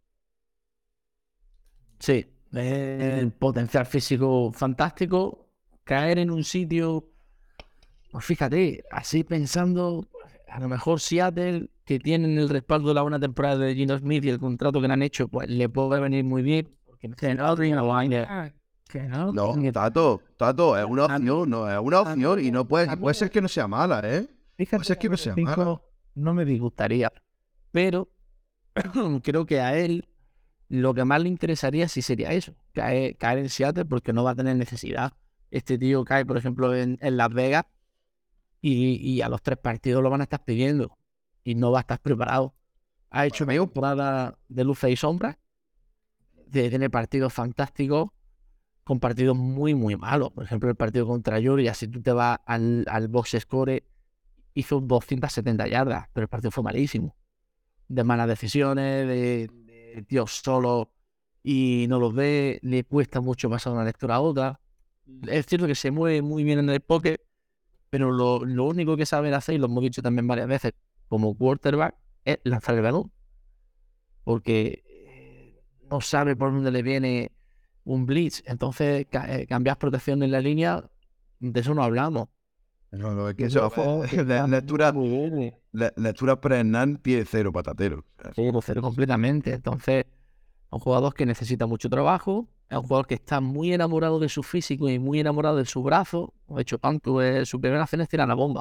Speaker 4: Sí, el potencial físico fantástico, caer en un sitio, pues fíjate, así pensando, a lo mejor Seattle, que tienen el respaldo de la buena temporada de Gino Smith y el contrato que le han hecho, pues le puede venir muy bien, porque que no tiene la que no,
Speaker 1: No,
Speaker 4: tiene-
Speaker 1: Tato, Tato, es una opción, no, es una opción y no puede, y puede ser que no sea mala, ¿eh?
Speaker 4: Fíjate,
Speaker 1: Puede ser que no sea mala.
Speaker 4: cinco no me disgustaría, pero creo que a él lo que más le interesaría sí sería eso, caer, caer en Seattle porque no va a tener necesidad. Este tío cae, por ejemplo, en, en Las Vegas y, y a los tres partidos lo van a estar pidiendo y no va a estar preparado. Ha hecho una temporada de luces y sombras, de, tiene partidos fantásticos con partidos muy, muy malos. Por ejemplo, el partido contra Georgia, si tú te vas al, al box score, hizo doscientas setenta yardas, pero el partido fue malísimo. De malas decisiones, de, de tíos solos y no los ve, le cuesta mucho pasar de una lectura a otra. Es cierto que se mueve muy bien en el pocket, pero lo, lo único que saben hacer, y lo hemos dicho también varias veces, como quarterback, es lanzar el balón. Porque eh, no sabe por dónde le viene un blitz. Entonces, ca- eh, cambias protección en la línea, de eso no hablamos.
Speaker 1: No, no, es que eso, eh, la lectura, la, lectura pre-Hernán, pie cero patatero.
Speaker 4: Cero, cero completamente. Entonces, es un jugador que necesita mucho trabajo, es un jugador que está muy enamorado de su físico y muy enamorado de su brazo. De hecho, tanto es, su primera acción es tirar la bomba.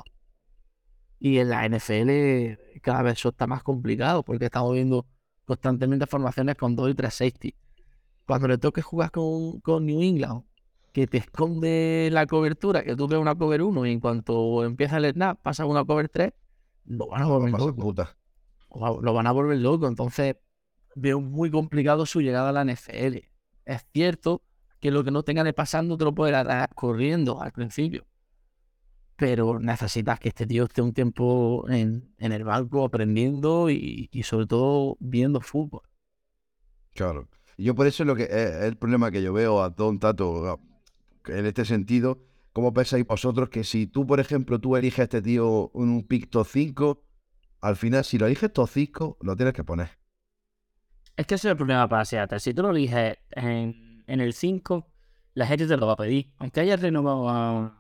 Speaker 4: Y en la N F L cada vez eso está más complicado porque estamos viendo constantemente formaciones con dos y tres safety. Cuando le toque jugar con, con New England, que te esconde la cobertura, que tú ves una cover uno y en cuanto empieza el snap pasa a una cover tres, lo van a volver
Speaker 1: Pasa
Speaker 4: loco.
Speaker 1: puta.
Speaker 4: Lo lo van a volver loco. Entonces veo muy complicado su llegada a la N F L. Es cierto que lo que no tenga de pasando te lo puede dar corriendo al principio, pero necesitas que este tío esté un tiempo en, en el banco aprendiendo y, y sobre todo viendo fútbol.
Speaker 1: Claro. Y yo por eso es lo que es, es el problema que yo veo a Don Tato a- que en este sentido. ¿Cómo pensáis vosotros que si tú, por ejemplo, tú eliges a este tío en un pick top cinco, al final, si lo eliges top cinco, lo tienes que poner?
Speaker 2: Es que ese es el problema para Seattle. Si tú lo eliges en, en el cinco, la gente te lo va a pedir. Aunque hayas renovado a...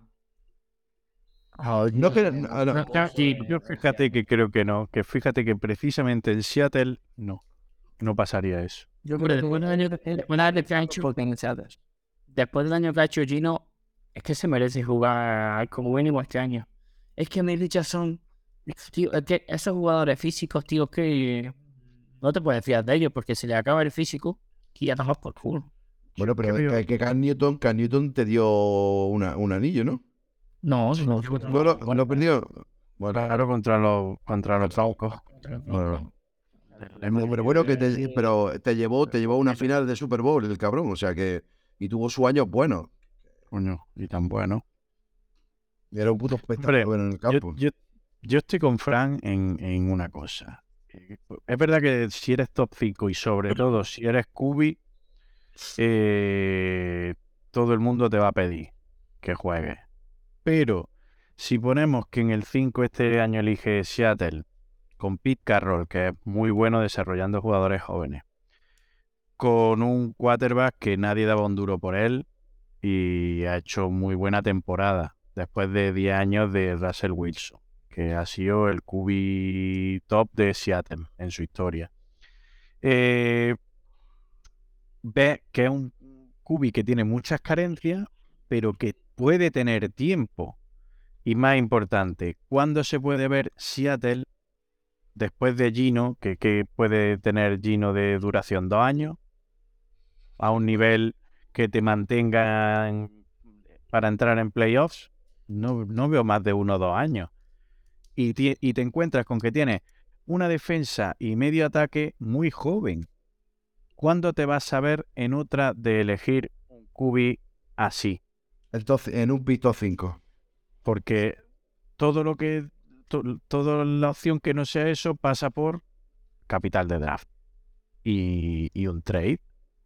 Speaker 2: a-
Speaker 1: No que. no, no.
Speaker 2: Sí,
Speaker 3: Yo fíjate que creo que no, que fíjate que precisamente en Seattle no, no pasaría eso.
Speaker 4: Yo
Speaker 2: Hombre,
Speaker 4: creo
Speaker 2: después del año, después del año que ha hecho,
Speaker 4: porque en el Seattle.
Speaker 2: después del año que ha hecho Gino, es que se merece jugar como mínimo este año. Es que Mel Richardson, tío, es que esos jugadores físicos, tío, que no te puedes fiar de ellos porque se le acaba el físico y ya tomas por culo.
Speaker 1: Bueno, pero
Speaker 3: creo-
Speaker 1: es que Cam Newton, Cam Newton te dio una, un anillo, ¿no?
Speaker 2: No, no.
Speaker 1: Bueno, lo perdió. Bueno,
Speaker 3: Claro, contra los contra los Broncos.
Speaker 1: bueno, no. Pero bueno, que te, pero te llevó, te llevó a una final de Super Bowl el cabrón, o sea que. Y tuvo su año bueno.
Speaker 3: Coño, y tan bueno.
Speaker 1: Y era un puto espectáculo
Speaker 3: Hombre,
Speaker 1: en el
Speaker 3: Yo,
Speaker 1: campo.
Speaker 3: yo, yo estoy con Fran en, en una cosa. Eh, Es verdad que si eres top cinco y sobre todo si eres Cubi, eh, todo el mundo te va a pedir que juegues. Pero si ponemos que en el cinco este año elige Seattle con Pete Carroll, que es muy bueno desarrollando jugadores jóvenes, con un quarterback que nadie daba un duro por él y ha hecho muy buena temporada después de diez años de Russell Wilson, que ha sido el Q B top de Seattle en su historia. Eh, ve que es un Q B que tiene muchas carencias, pero que puede tener tiempo. Y más importante, ¿cuándo se puede ver Seattle después de Gino? Que, que puede tener Gino de duración dos años, a un nivel que te mantenga en- para entrar en playoffs. No, no veo más de uno o dos años. Y, ti- y te encuentras con que tienes una defensa y medio ataque muy joven. ¿Cuándo te vas a ver en otra de elegir un Q B así?
Speaker 1: Entonces, en un pick top cinco.
Speaker 3: Porque todo lo que, to- toda la opción que no sea eso pasa por capital de draft y, y un trade.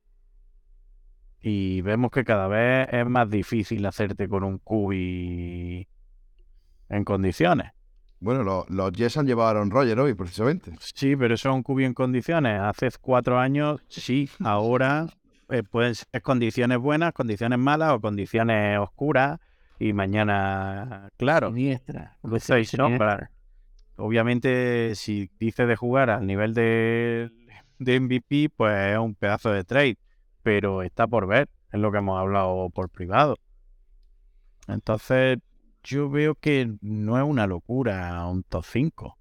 Speaker 3: Y vemos que cada vez es más difícil hacerte con un Q B en condiciones.
Speaker 1: Bueno, los, los Jets han llevado a Aaron Rodgers hoy, precisamente.
Speaker 3: Sí, pero eso es un Q B en condiciones. Hace cuatro años, sí. Ahora eh, pueden ser condiciones buenas, condiciones malas o condiciones oscuras. Y mañana, claro,
Speaker 4: Siniestra.
Speaker 3: luz y sombra. Obviamente, si dices de jugar al nivel de, de M V P, pues es un pedazo de trade. Pero está por ver, es lo que hemos hablado por privado. Entonces, yo veo que no es una locura un top cinco.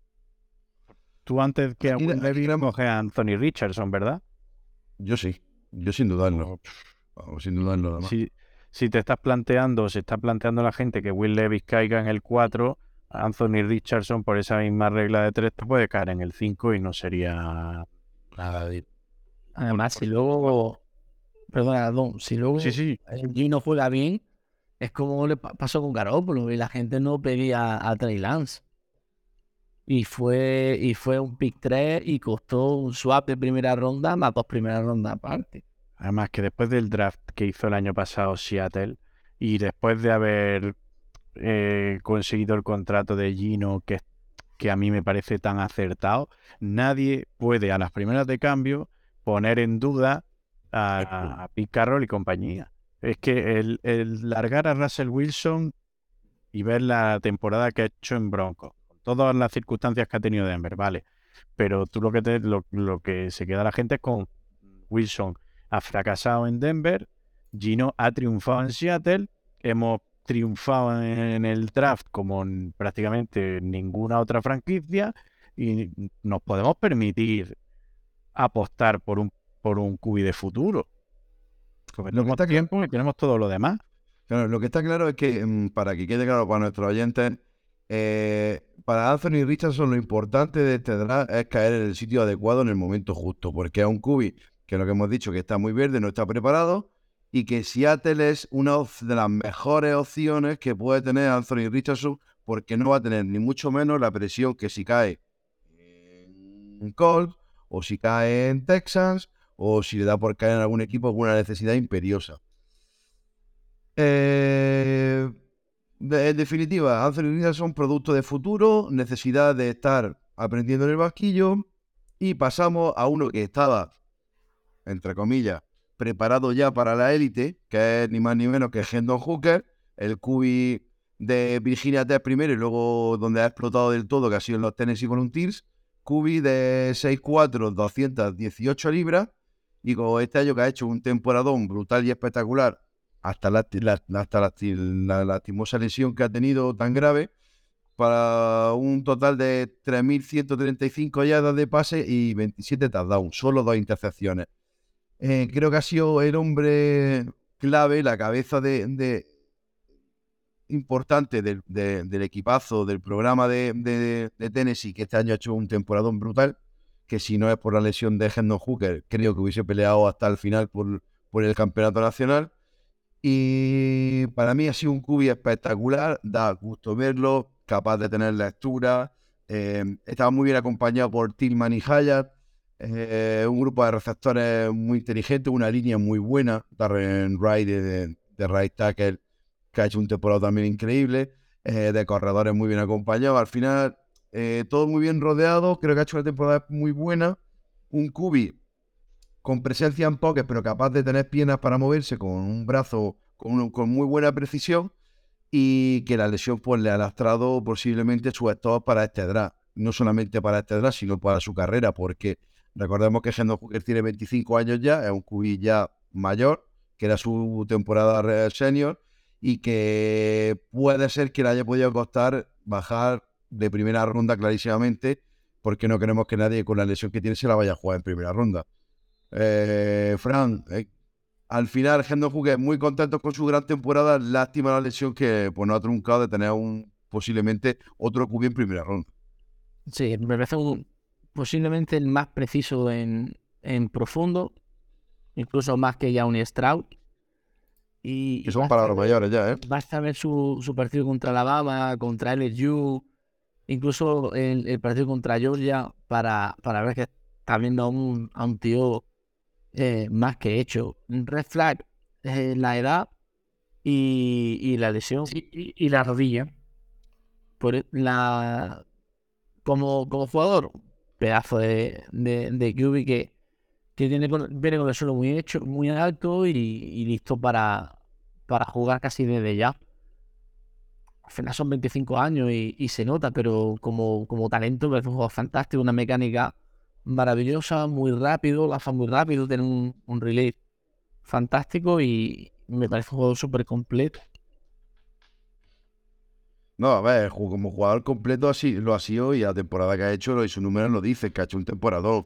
Speaker 3: Tú antes que a
Speaker 1: Aquí-
Speaker 3: Will
Speaker 1: aquí
Speaker 3: Levis
Speaker 1: tenemos-
Speaker 3: coges a Anthony Richardson, ¿verdad?
Speaker 1: Yo sí, yo sin dudarlo. Vamos, sin dudarlo nada más.
Speaker 3: Si, si te estás planteando, se está planteando la gente que Will Levis caiga en el cuatro, Anthony Richardson por esa misma regla de tres te puede caer en el cinco y no sería nada de...
Speaker 4: Además, si luego, perdona, Don, si luego
Speaker 3: Sí, sí,
Speaker 4: el Gino juega bien, es como le pa- pasó con Garoppolo y la gente no pedía a Trey Lance. Y fue, y fue un pick tres y costó un swap de primera ronda más dos primeras rondas aparte.
Speaker 3: además que después del draft que hizo el año pasado Seattle y después de haber eh, conseguido el contrato de Gino, que, que a mí me parece tan acertado, nadie puede a las primeras de cambio poner en duda a, a Pete Carroll y compañía. Es que el, el largar a Russell Wilson y ver la temporada que ha hecho en Broncos, con todas las circunstancias que ha tenido Denver, vale, pero tú lo que, te, lo, lo que se queda la gente es con Wilson ha fracasado en Denver, Gino ha triunfado en Seattle, hemos triunfado en, en el draft como en prácticamente ninguna otra franquicia y nos podemos permitir apostar por un por un Q B de futuro. Porque
Speaker 1: Lo que
Speaker 3: tenemos
Speaker 1: está cla-
Speaker 3: tiempo y tenemos todo lo demás.
Speaker 1: Claro, lo que está claro es que, mm, para que quede claro para nuestros oyentes, eh, para Anthony Richardson lo importante de este draft es caer en el sitio adecuado en el momento justo, porque es un Q B que lo que hemos dicho que está muy verde, no está preparado, y que Seattle es una op- de las mejores opciones que puede tener Anthony Richardson, porque no va a tener ni mucho menos la presión que si cae en Colts, o si cae en Texans, o si le da por caer en algún equipo con una necesidad imperiosa. Eh, de- en definitiva, Anthony Richardson, producto de futuro, necesidad de estar aprendiendo en el banquillo, y pasamos a uno que estaba, entre comillas, preparado ya para la élite, que es ni más ni menos que Hendon Hooker, el Q B de Virginia Tech primero y luego donde ha explotado del todo, que ha sido en los Tennessee Volunteers, Q B de seis cuatro, doscientas dieciocho libras, y con este año que ha hecho un temporadón brutal y espectacular, hasta la, la- hasta la, la lastimosa lesión que ha tenido tan grave, para un total de tres mil ciento treinta y cinco yardas de pase y veintisiete touchdowns, solo dos intercepciones. Eh, creo que ha sido el hombre clave, la cabeza de, de importante del, de- del equipazo, del programa de, de- de Tennessee, que este año ha hecho un temporadón brutal, que si no es por la lesión de Hendon Hooker, creo que hubiese peleado hasta el final por, por el campeonato nacional. Y para mí ha sido un Q B espectacular, da gusto verlo, capaz de tener lectura. Eh, estaba muy bien acompañado por Tillman y Hyatt, eh, un grupo de receptores muy inteligente, una línea muy buena. Darren Wright de, de right tackle, que ha hecho un temporada también increíble, eh, de corredores muy bien acompañados. Al final, eh, todo muy bien rodeado, creo que ha hecho una temporada muy buena. Un Q B con presencia en pocket, pero capaz de tener piernas para moverse, con un brazo con, un- con muy buena precisión, y que la lesión pues le ha lastrado posiblemente su stop para este draft. No solamente para este draft, sino para su carrera, porque recordemos que Hendon Hooker tiene veinticinco años ya, es un Q B ya mayor, que era su temporada re- senior, y que puede ser que le haya podido costar bajar de primera ronda clarísimamente, porque no queremos que nadie con la lesión que tiene se la vaya a jugar en primera ronda. Eh, Fran, eh, al final Hendon Hooker muy contento con su gran temporada, lástima la lesión que pues, no ha truncado de tener un posiblemente otro Q B en primera ronda.
Speaker 4: Sí, me parece un- posiblemente el más preciso en, en profundo, incluso más que ya un Stroud. Y,
Speaker 1: Que
Speaker 4: y
Speaker 1: son
Speaker 4: basta
Speaker 1: palabras
Speaker 4: ver,
Speaker 1: mayores ya, ¿eh?
Speaker 4: basta ver su, su partido contra Alabama, contra L S U, incluso el, el partido contra Georgia, para, para ver que está viendo a un, a un tío eh, más que hecho. Un red flag, eh, la edad y, y la lesión.
Speaker 2: Sí, y, y la rodilla.
Speaker 4: Por e- la, como, como jugador, pedazo de, de, de Q B que, que tiene con- viene con el suelo muy hecho, muy alto y, y listo para, para jugar casi desde ya. Al final son veinticinco años y, y se nota, pero como, como talento es un juego fantástico, una mecánica maravillosa, muy rápido, lanza muy rápido, tiene un, un relay fantástico y me parece un juego súper completo.
Speaker 1: No, a ver, ju- como jugador completo así lo ha sido y la temporada que ha hecho y su número lo dice, que ha hecho un temporadón.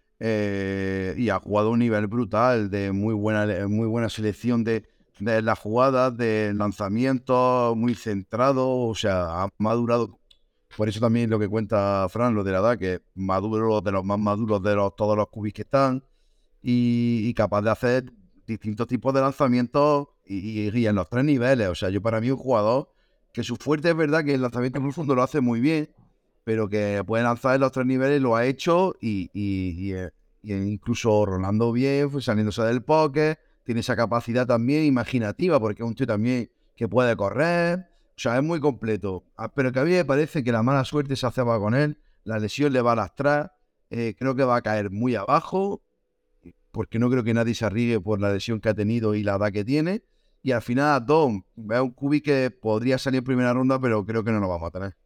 Speaker 1: Eh, y ha jugado a un nivel brutal, de muy buena, le- muy buena selección de, de las jugadas, de lanzamientos, muy centrado, o sea, ha madurado. Por eso también lo que cuenta Fran, lo de la edad, que es maduro, de los más maduros de los, todos los cubis que están, y, y capaz de hacer distintos tipos de lanzamientos y, y- y en los tres niveles. O sea, yo para mí un jugador que su fuerte es verdad que el lanzamiento profundo lo hace muy bien, pero que puede lanzar en los tres niveles, lo ha hecho y, y- y, eh, y incluso rolando bien, pues, saliéndose del pocket, tiene esa capacidad también imaginativa, porque es un tío también que puede correr, o sea, es muy completo. Ah, pero que a mí me parece que la mala suerte se haceba con él, la lesión le va a lastrar, eh, creo que va a caer muy abajo, porque no creo que nadie se arriesgue por la lesión que ha tenido y la edad que tiene. Y al final, Dom, es un cubi que podría salir en primera ronda, pero creo que no lo vamos a tener.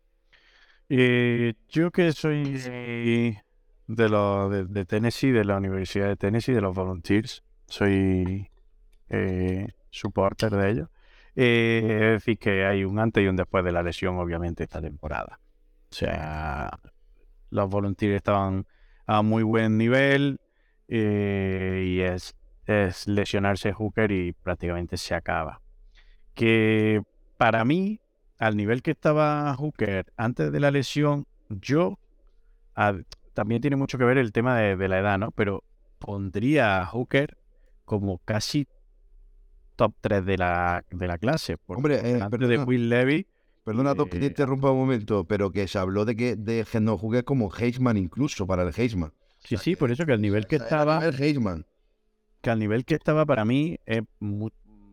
Speaker 3: Eh, yo que soy de, los de, de Tennessee, de la Universidad de Tennessee, de los Volunteers, soy eh, supporter de ellos. Eh, es decir, que hay un antes y un después de la lesión, obviamente, esta temporada. O sea, los Volunteers estaban a muy buen nivel eh, y es, es lesionarse Hooker y prácticamente se acaba. Que para mí, al nivel que estaba Hooker antes de la lesión, yo a- también tiene mucho que ver el tema de, de la edad, ¿no? Pero pondría a Hooker como casi top tres de la, de la clase, por,
Speaker 1: Hombre,
Speaker 3: por
Speaker 1: eh,
Speaker 3: delante de
Speaker 1: perdona,
Speaker 3: Will Levy.
Speaker 1: perdona, Dom, que te
Speaker 3: eh,
Speaker 1: interrumpa un momento, pero que se habló de que de Hendon Hooker como Heisman incluso, para el Heisman. O
Speaker 3: sí,
Speaker 1: sea,
Speaker 3: sí,
Speaker 1: que,
Speaker 3: por eso que al
Speaker 1: o
Speaker 3: nivel que
Speaker 1: sea, era
Speaker 3: estaba,
Speaker 1: nivel Heisman.
Speaker 3: que al nivel que estaba para mí es mu-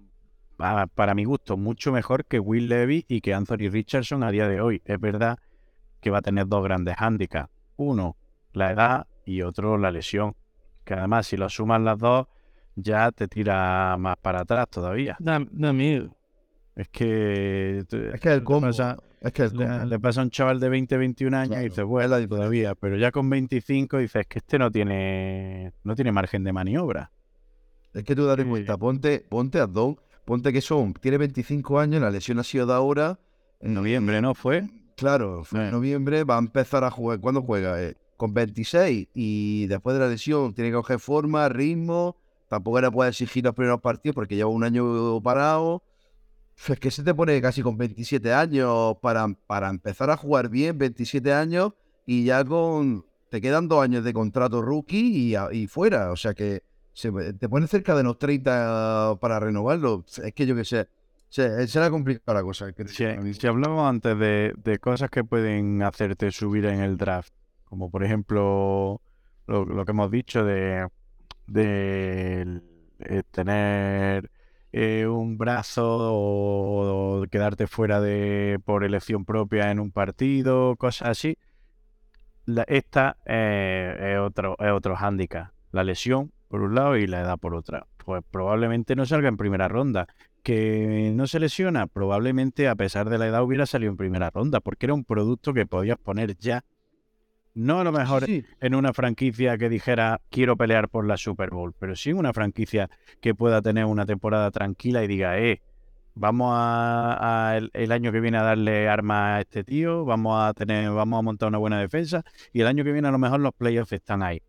Speaker 3: a- para mi gusto mucho mejor que Will Levy y que Anthony Richardson a día de hoy. Es verdad que va a tener dos grandes hándicaps. Uno, la edad y otro, la lesión. Que además, si lo sumas las dos, ya te tira más para atrás todavía.
Speaker 4: Da, da miedo.
Speaker 3: Es que te-
Speaker 1: Es que el
Speaker 3: le
Speaker 1: combo,
Speaker 3: pasa,
Speaker 1: es que el
Speaker 3: le,
Speaker 1: combo.
Speaker 3: le pasa a un chaval de veinte, veintiún años
Speaker 1: Claro,
Speaker 3: y dices,
Speaker 1: es
Speaker 3: bueno,
Speaker 1: la diferencia.
Speaker 3: todavía, pero ya con veinticinco dices que este no tiene, no tiene margen de maniobra.
Speaker 1: Es que tú date
Speaker 3: Eh,
Speaker 1: cuenta, ponte, ponte a Dom, ponte que son, tiene veinticinco años, la lesión ha sido de ahora.
Speaker 3: En noviembre, ¿no fue?
Speaker 1: Claro, fue en
Speaker 3: Eh,
Speaker 1: noviembre, va a empezar a jugar. ¿Cuándo juega? Eh, con veintiséis y después de la lesión tiene que coger forma, ritmo. Tampoco le puede exigir los primeros partidos porque lleva un año parado. Es que se te pone casi con veintisiete años para, para empezar a jugar bien, veintisiete años y ya con. Te quedan dos años de contrato rookie y, a- y fuera. O sea que se, te pone cerca de los treinta para renovarlo. Es que yo qué sé. Se, será complicada la cosa. creo
Speaker 3: Si,
Speaker 1: yo, ahora mismo.
Speaker 3: si hablamos antes de, de cosas que pueden hacerte subir en el draft, como por ejemplo lo, lo que hemos dicho de, de el- eh, tener eh, un brazo o, o quedarte fuera de por elección propia en un partido, cosas así, la- esta eh, es otro, es otro hándicap. La lesión por un lado y la edad por otra. Pues probablemente no salga en primera ronda. Que no se lesiona, probablemente a pesar de la edad hubiera salido en primera ronda, porque era un producto que podías poner ya. No a lo
Speaker 1: Sí,
Speaker 3: mejor
Speaker 1: sí.
Speaker 3: en una franquicia que dijera quiero pelear por la Super Bowl, pero sí en una franquicia que pueda tener una temporada tranquila y diga, eh, vamos a, a el, el año que viene a darle armas a este tío, vamos a tener, vamos a montar una buena defensa y el año que viene a lo mejor los playoffs están ahí.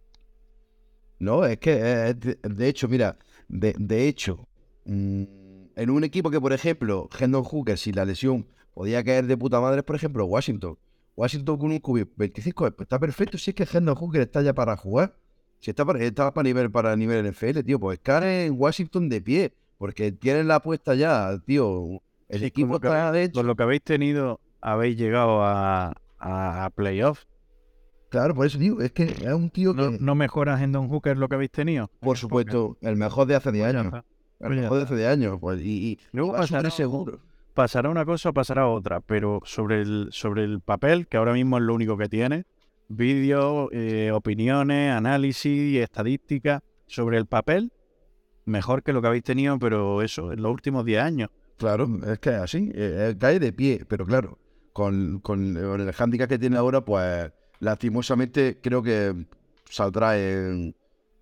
Speaker 1: No, es que, eh, de, de hecho, mira, de, de hecho, mm, en un equipo que, por ejemplo, Hendon Hooker, sin la lesión, podía caer de puta madre, por ejemplo, Washington. Washington con un Q B veinticinco, pues está perfecto, si es que Hendon Hooker está ya para jugar. Si está para, está para nivel, para nivel N F L, tío, pues cae en Washington de pie. Porque tienen la apuesta ya, tío. El
Speaker 3: Sí,
Speaker 1: equipo
Speaker 3: con lo que
Speaker 1: está
Speaker 3: habéis-
Speaker 1: hecho.
Speaker 3: Con lo que habéis tenido, habéis llegado a, a, a playoffs.
Speaker 1: Claro, por eso digo, es que es un tío
Speaker 3: ¿No,
Speaker 1: que,
Speaker 3: no mejoras en Don Hooker lo que habéis tenido?
Speaker 1: por
Speaker 3: En el
Speaker 1: supuesto, el mejor de hace diez
Speaker 3: Pues ya
Speaker 1: años.
Speaker 3: está.
Speaker 1: El
Speaker 3: Pues ya
Speaker 1: mejor de
Speaker 3: está.
Speaker 1: hace diez años. Pues, y, y, y
Speaker 3: Luego
Speaker 1: va súper
Speaker 3: pasará,
Speaker 1: seguro.
Speaker 3: pasará una cosa o pasará otra, pero sobre el, sobre el papel, que ahora mismo es lo único que tiene, vídeos, eh, opiniones, análisis, estadísticas, sobre el papel, mejor que lo que habéis tenido, pero eso, en los últimos diez años.
Speaker 1: Claro, es que es así, eh, eh, cae de pie, pero claro, con, con- con el hándicap que tiene ahora, pues lastimosamente creo que saldrá en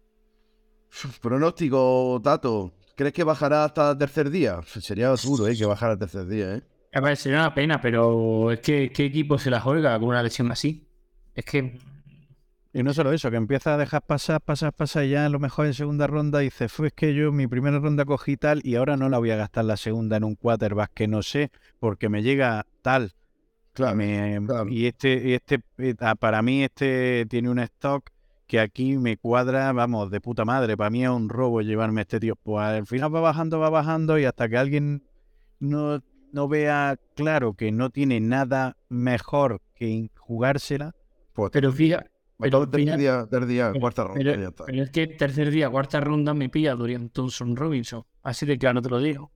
Speaker 1: pronóstico, Tato. ¿Crees que bajará hasta el tercer día? Sería duro, ¿eh? Que bajara al tercer día, ¿eh?
Speaker 2: A ver, sería una pena, pero es que ¿qué equipo se la juega con una lesión así? Es que
Speaker 3: Y no solo eso, que empieza a dejar pasar, pasar, pasar, y ya a lo mejor en segunda ronda dice, fue es que yo mi primera ronda cogí tal y ahora no la voy a gastar la segunda en un quarterback que no sé, porque me llega tal. Y,
Speaker 1: Claro,
Speaker 3: me-
Speaker 1: claro.
Speaker 3: y este, y este eh, ah, para mí este tiene un stock que aquí me cuadra, vamos, de puta madre. Para mí es un robo llevarme este tío. Pues al final va bajando, va bajando y hasta que alguien no, no vea claro que no tiene nada mejor que jugársela.
Speaker 1: Pues
Speaker 2: pero fíjate,
Speaker 1: bajó
Speaker 2: pero
Speaker 1: el tercer
Speaker 2: fíjate,
Speaker 1: día, tercer día,
Speaker 2: pero,
Speaker 1: cuarta ronda,
Speaker 2: pero-
Speaker 1: ya está.
Speaker 2: pero es que tercer día, cuarta ronda me pilla Dorian Thompson Robinson. Así de claro te lo digo.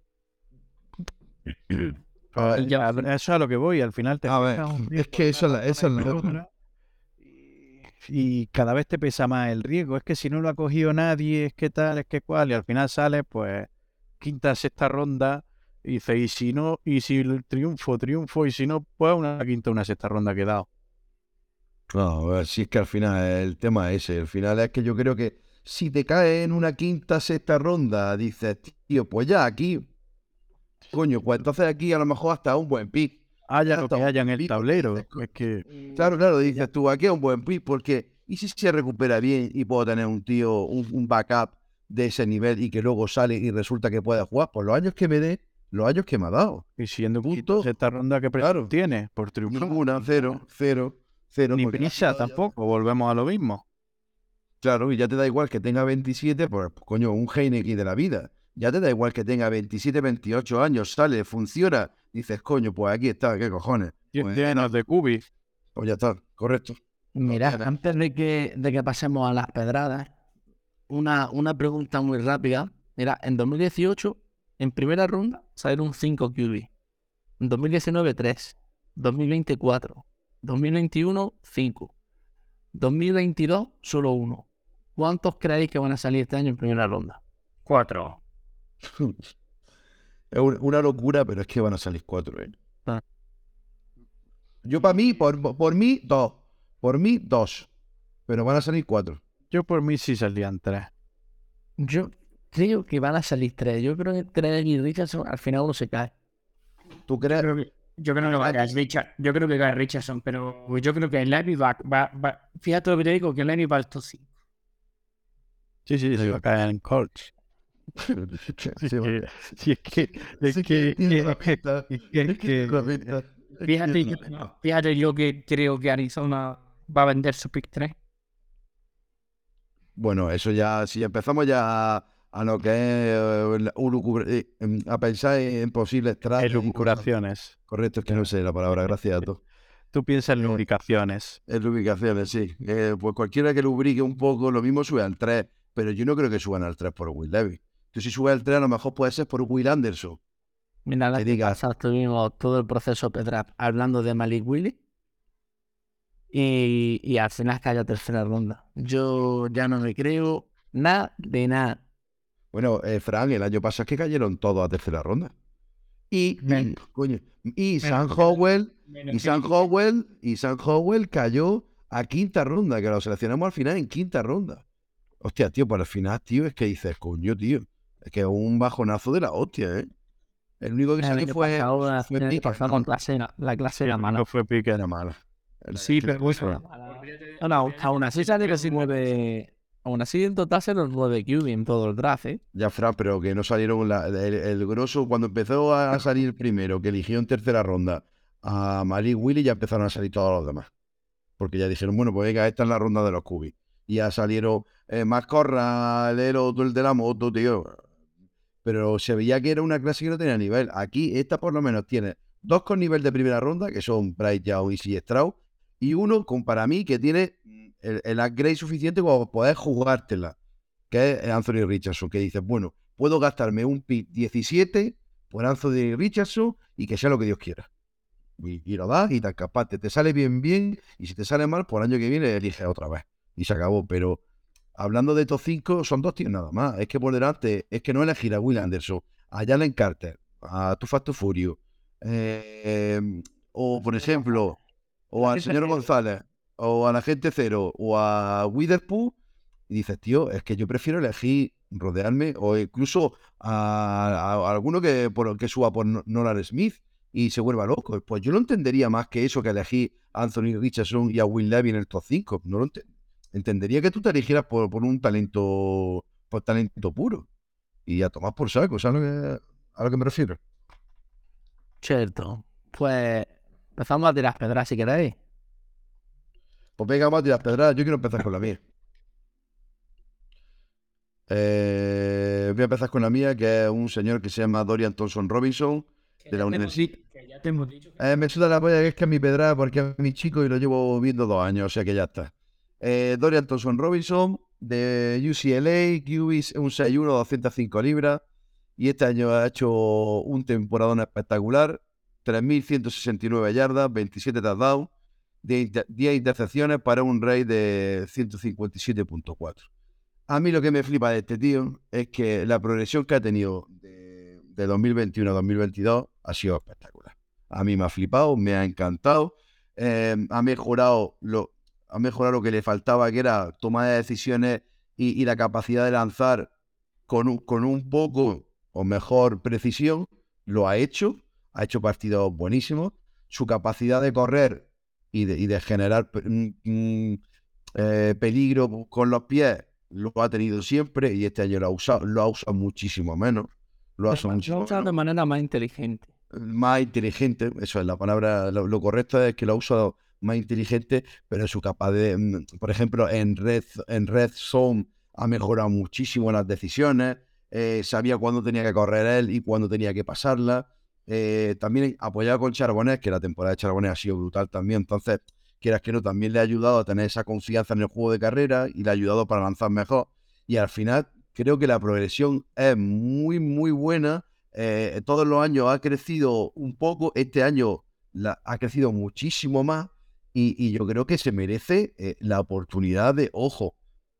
Speaker 1: A ver,
Speaker 2: Y ya-
Speaker 3: A- a eso es a lo que voy, al final te
Speaker 1: A ver,
Speaker 3: fijas un
Speaker 1: es
Speaker 3: riesgo
Speaker 1: que
Speaker 3: de
Speaker 1: esa es
Speaker 3: una
Speaker 1: la- esa es
Speaker 3: persona
Speaker 1: la
Speaker 3: y
Speaker 1: otra.
Speaker 3: otra, y, y cada vez te pesa más el riesgo. Es que si no lo ha cogido nadie, es que tal, es que cual, y al final sales, pues, quinta, sexta ronda, y dices, y si no, y si el triunfo, triunfo, y si no, pues una quinta, una sexta ronda quedado.
Speaker 1: No, a ver, si es que al final el tema es ese. El final es que yo creo que si te caes en una quinta, sexta ronda, dices, tío, pues ya aquí, coño, pues entonces aquí a lo mejor hasta un buen pick.
Speaker 3: Haya lo
Speaker 1: Hasta
Speaker 3: que
Speaker 1: un
Speaker 3: haya en
Speaker 1: buen
Speaker 3: el
Speaker 1: pick, porque
Speaker 3: tablero.
Speaker 1: dices, co-
Speaker 3: Es que,
Speaker 1: claro, claro, dices tú, aquí es un buen pick, porque ¿y si se recupera bien y puedo tener un tío, un, un backup de ese nivel y que luego sale y resulta que puede jugar? Por los años que me dé, los años que me ha dado.
Speaker 3: y siendo quinta,
Speaker 1: Punto.
Speaker 3: sexta ronda, ¿qué presión
Speaker 1: Claro.
Speaker 3: tiene? Por triunfar.
Speaker 1: Ninguna, cero, cero, cero.
Speaker 3: Ni
Speaker 1: porque la
Speaker 3: prisa
Speaker 1: has tirado ya.
Speaker 3: tampoco, volvemos a lo mismo.
Speaker 1: Claro, y ya te da igual que tenga veintisiete, pues coño, un Heineken de la vida. Ya te da igual que tenga veintisiete, veintiocho años, sale, funciona. Dices, coño, pues aquí está, ¿qué cojones?
Speaker 3: diez
Speaker 1: Pues,
Speaker 3: años de Cubi.
Speaker 1: pues ya está, correcto.
Speaker 4: Mira,
Speaker 1: tiene.
Speaker 4: antes de que, de que pasemos a las pedradas, una, una pregunta muy rápida. Mira, en dos mil dieciocho, en primera ronda, salieron cinco Q B. En dos mil diecinueve, tres. dos mil veinte, cuatro. dos mil veintiuno, cinco. dos mil veintidós, solo uno. ¿Cuántos creéis que van a salir este año en primera ronda?
Speaker 2: Cuatro.
Speaker 1: Es un- una locura, pero es que van a salir cuatro, ¿eh?
Speaker 4: Ah.
Speaker 1: Yo para mí, por, por mí, dos. Por mí, dos. Pero van a salir cuatro.
Speaker 3: Yo por mí sí salían tres.
Speaker 4: Yo creo que van a salir tres. Yo creo que tres y Richardson, al final uno se cae.
Speaker 1: ¿Tú
Speaker 2: Yo
Speaker 1: crees?
Speaker 2: creo que, yo creo que va a caer Richard, yo creo que cae Richardson, pero yo creo que Lenny va, va, va. Fíjate lo que te digo, que Lenny va al top cinco.
Speaker 3: Sí, sí, se va a caer en Colts.
Speaker 1: Sí, va.
Speaker 3: Sí, es que, es
Speaker 1: Sí,
Speaker 3: que,
Speaker 1: tiene
Speaker 3: es
Speaker 1: la
Speaker 3: que,
Speaker 1: pinta.
Speaker 3: es que,
Speaker 1: Es que tiene la pinta. Es que
Speaker 2: Fíjate,
Speaker 1: tiene
Speaker 2: yo,
Speaker 1: la pinta.
Speaker 2: fíjate yo que creo que Arizona va a vender su pick tres.
Speaker 1: Bueno, eso ya, si empezamos ya a, a lo que es eh, la ulucubra- eh, em, a pensar en posibles trajes. y cosas.
Speaker 3: elucubraciones.
Speaker 1: Correcto, es que no sé la palabra, gracias a todos.
Speaker 3: Tú piensas en
Speaker 1: Eh,
Speaker 3: lubricaciones.
Speaker 1: En lubricaciones, sí. Eh, pues cualquiera que lubrique un poco, lo mismo sube al tres, pero yo no creo que suban al tres por Will Levis. Tú si sube al tres a lo mejor puede ser por Will Anderson.
Speaker 4: Mira, la
Speaker 1: Que
Speaker 4: que
Speaker 1: diga.
Speaker 4: pasada estuvimos todo el proceso Pedrap hablando de Malik Willis y, y al final cayó tercera ronda. Yo ya no me creo nada de nada.
Speaker 1: Bueno, eh, Fran, el año pasado es que cayeron todos a tercera ronda. Y, y,
Speaker 2: Men-
Speaker 1: coño, y
Speaker 2: menos
Speaker 1: Sam
Speaker 2: que-
Speaker 1: Howell,
Speaker 2: menos
Speaker 1: y
Speaker 2: que-
Speaker 1: Sam Howell, y Sam Howell cayó a quinta ronda, que lo seleccionamos al final en quinta ronda. Hostia, tío, para el final, tío, es que dices, coño, tío, es que es un bajonazo de la hostia, ¿eh? El único que
Speaker 4: El
Speaker 1: salió
Speaker 4: año
Speaker 1: fue,
Speaker 4: pasado, la-
Speaker 1: fue
Speaker 4: el año
Speaker 1: Pickett,
Speaker 4: pasado
Speaker 1: ¿no?
Speaker 4: con clase era- la clase era mala.
Speaker 3: No fue Pickett.
Speaker 1: Era mala. El-
Speaker 2: Sí, pero bueno.
Speaker 4: No, no, aún así sale casi nueve. Aún así en total se los nueve Q B en todo el draft, ¿eh?
Speaker 1: Ya, Fran, pero que no salieron la- el, el grosso, cuando empezó a salir el primero, que eligió en tercera ronda a Malik Willis, ya empezaron a salir todos los demás. Porque ya dijeron, bueno, pues venga, esta es la ronda de los cubis. Y ya salieron eh, más Corral, el otro, el de la moto, tío. pero se veía que era una clase que no tenía nivel. Aquí, esta por lo menos tiene dos con nivel de primera ronda, que son Bryce Young y C J Stroud, y uno con, para mí, que tiene el, el upgrade suficiente como para poder jugártela, que es Anthony Richardson, que dices, bueno, puedo gastarme un pick diecisiete por Anthony Richardson y que sea lo que Dios quiera. Y, y lo das y te escapaste. Te sale bien, bien, y si te sale mal, por el año que viene eliges otra vez. Y se acabó. Pero hablando de estos cinco, son dos tíos nada más. Es que por delante, es que no elegir a Will Anderson, a Jalen Carter, a Tufato Furio, eh, o por ejemplo, o al señor González, o a la gente cero, o a Witherspoon, y dices, tío, es que yo prefiero elegir rodearme, o incluso a, a- a alguno que, por, que suba por No- Nolan Smith y se vuelva loco. Pues yo lo entendería más que eso, que elegí a Anthony Richardson y a Will Levy en el top cinco. No lo ent- entendería que tú te eligieras por, por un talento, por talento puro. Y a tomar por saco, ¿sabes lo que- a lo que me refiero?
Speaker 4: Cierto. Pues empezamos a tirar pedras si queréis.
Speaker 1: Pues venga, vamos a tirar pedradas. Yo quiero empezar con la mía. Eh, voy a empezar con la mía, que es un señor que se llama Dorian Thompson Robinson, de la universidad.
Speaker 2: Que ya te hemos dicho que...
Speaker 1: Eh, me suda la polla que es que es mi pedrada porque es mi chico y lo llevo viendo dos años, o sea que ya está. Eh, Dorian Thompson Robinson, de U C L A, Q B, es un seis uno, doscientas cinco libras, y este año ha hecho un temporadón espectacular, tres mil ciento sesenta y nueve yardas, veintisiete touchdowns, diez inter- diez intercepciones para un rate de ciento cincuenta y siete punto cuatro. A mí lo que me flipa de este tío es que la progresión que ha tenido de, de dos mil veintiuno a dos mil veintidós ha sido espectacular. A mí me ha flipado, me ha encantado, eh, ha mejorado lo, ha mejorado lo que le faltaba, que era toma de decisiones y, y la capacidad de lanzar con un, con un poco o mejor precisión. Lo ha hecho, ha hecho partidos buenísimos. Su capacidad de correr y de, y de generar pe- mm, mm, eh, peligro con los pies lo ha tenido siempre, y este año lo ha usado, lo ha usado muchísimo menos. Lo ha usado
Speaker 4: Lo
Speaker 1: muchísimo
Speaker 4: usado de
Speaker 1: menos.
Speaker 4: manera más inteligente.
Speaker 1: Más inteligente, eso es la palabra, lo, lo correcto es que lo ha usado más inteligente, pero su capaz de, mm, por ejemplo, en red, en red zone ha mejorado muchísimo las decisiones, eh, sabía cuándo tenía que correr él y cuándo tenía que pasarla. Eh, también apoyado con Charbonnet, que la temporada de Charbonnet ha sido brutal también, entonces, quieras que no, también le ha ayudado a tener esa confianza en el juego de carrera y le ha ayudado para lanzar mejor. Y al final, creo que la progresión es muy, muy buena. Eh, todos los años ha crecido un poco, este año la, ha crecido muchísimo más, y, y yo creo que se merece eh, la oportunidad de, ojo,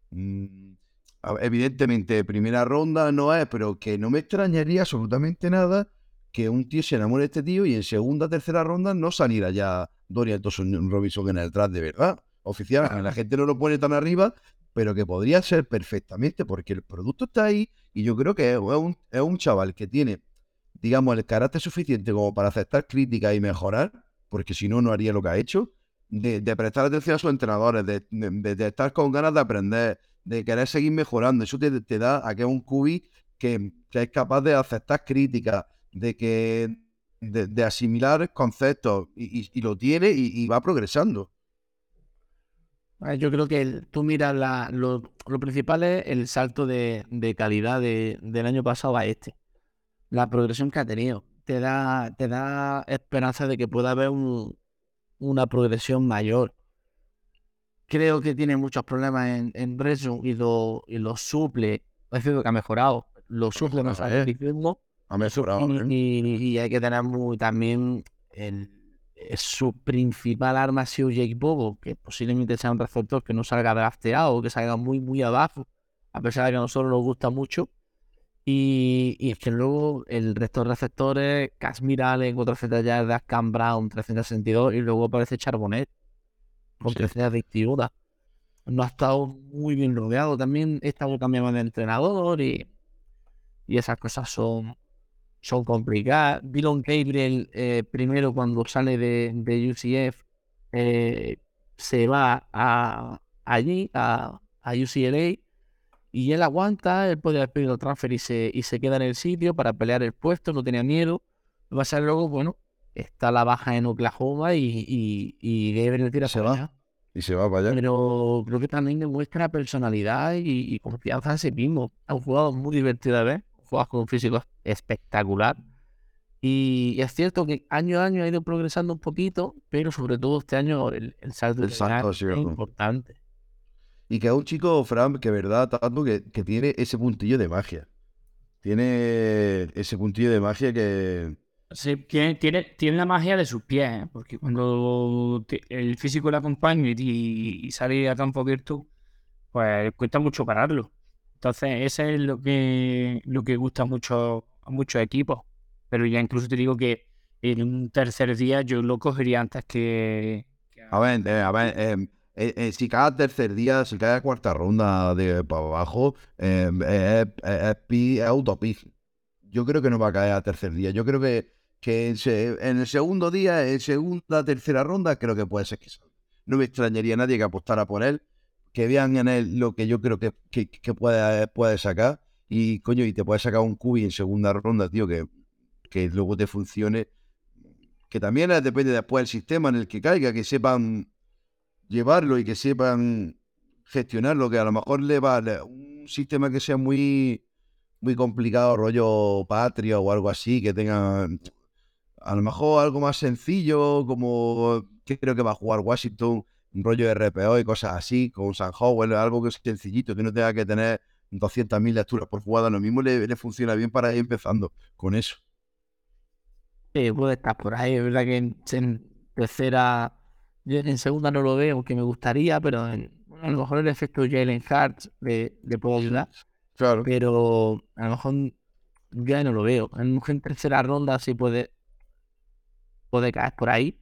Speaker 1: mm, a- evidentemente primera ronda no es, pero que no me extrañaría absolutamente nada que un tío se enamore de este tío y en segunda, tercera ronda no saliera ya Dorian Thompson Robinson en el draft de verdad. Oficial, a la gente no lo pone tan arriba, pero que podría ser perfectamente, porque el producto está ahí, y yo creo que es un, es un chaval que tiene, digamos, el carácter suficiente como para aceptar críticas y mejorar, porque si no, no haría lo que ha hecho, de, de prestar atención a sus entrenadores, de, de- de estar con ganas de aprender, de querer seguir mejorando. Eso te, te da a que es un cubi que, que es capaz de aceptar críticas, de que de, de asimilar conceptos, y, y- y lo tiene, y, y va progresando.
Speaker 4: Ah, Yo creo que el- tú miras la, lo, lo principal es el salto de, de calidad de- del año pasado a este. La progresión que ha tenido. Te da, te da esperanza de que pueda haber un- una progresión mayor. Creo que tiene muchos problemas en, en red zone y lo, y lo suple. Es cierto que ha mejorado. Lo suple más
Speaker 1: mejorado,
Speaker 4: al
Speaker 1: ¿eh?
Speaker 4: ritmo.
Speaker 1: Ha mejorado, ¿eh?
Speaker 4: Y, y- y hay que tener muy también el, eh, su principal arma ha sido Jake Bobo, que posiblemente sea un receptor que no salga drafteado, que salga muy, muy abajo, a pesar de que a nosotros nos gusta mucho. Y, y es que luego el resto de receptores, Kashmir Allen con trescientas yardas, Cam Brown trescientos sesenta y dos, y luego aparece Charbonnet con
Speaker 1: Sí.
Speaker 4: trescientos veintiuno. No ha estado muy bien rodeado. También estamos cambiando de entrenador y, y esas cosas son, son complicadas. Dylan Gabriel, eh, primero cuando sale de, de U C F, eh, se va a, allí, a, a U C L A, y él aguanta. Él puede haber pedido transfer y se, y se queda en el sitio para pelear el puesto, no tenía miedo. Lo que pasa es que luego, bueno, está la baja en Oklahoma y, y, y Gabriel tira
Speaker 1: Se
Speaker 4: por
Speaker 1: va.
Speaker 4: allá.
Speaker 1: Y se va para allá.
Speaker 4: Pero creo que también demuestra personalidad y, y confianza en sí mismo. Ha jugado muy divertido de ver. juegas con un físico espectacular. Y es cierto que año a año ha ido progresando un poquito, pero sobre todo este año el, el salto
Speaker 1: El
Speaker 4: de
Speaker 1: salto
Speaker 4: calidad
Speaker 1: ha sido-
Speaker 4: es importante.
Speaker 1: Y que es un chico, Fran, que verdad, tanto que, que tiene ese puntillo de magia. Tiene ese puntillo de magia que...
Speaker 2: Sí, tiene, tiene, tiene la magia de sus pies, ¿eh? Porque cuando te- el físico le acompaña y, y sale a campo abierto, pues cuesta mucho pararlo. Entonces, ese es lo que, lo que gusta mucho a muchos equipos. Pero ya incluso te digo que en un tercer día yo lo cogería antes que... que
Speaker 1: A ver, eh, a ver, eh, eh, eh, si cada tercer día, si cada cuarta ronda de para abajo, eh, eh, eh, es pi- es autopic. Yo creo que no va a caer a tercer día. Yo creo que, que en, se- en el segundo día, en segunda, tercera ronda, creo que puede ser que salga. No me extrañaría a nadie que apostara por él, que vean en él lo que yo creo que, que, que puede, puede sacar. Y coño, y te puede sacar un cubi en segunda ronda, tío, que, que luego te funcione. Que también eh, depende después del sistema en el que caiga, que sepan llevarlo y que sepan gestionarlo, que a lo mejor le va le- un sistema que sea muy, muy complicado, rollo Patria o algo así, que tenga a lo mejor algo más sencillo, como que creo que va a jugar Washington, un rollo de R P O y cosas así, con San Howell, algo que es sencillito, que no tenga que tener doscientas mil lecturas por jugada, lo mismo le, le funciona bien para ir empezando con eso.
Speaker 4: Sí, puede estar por ahí. Es verdad que en, en tercera, yo en segunda no lo veo, que me gustaría, pero en- bueno, a lo mejor el efecto Jalen Hurts le, le puede ayudar.
Speaker 1: Claro.
Speaker 4: Pero a lo mejor ya no lo veo. A lo mejor en tercera ronda sí puede, puede caer por ahí.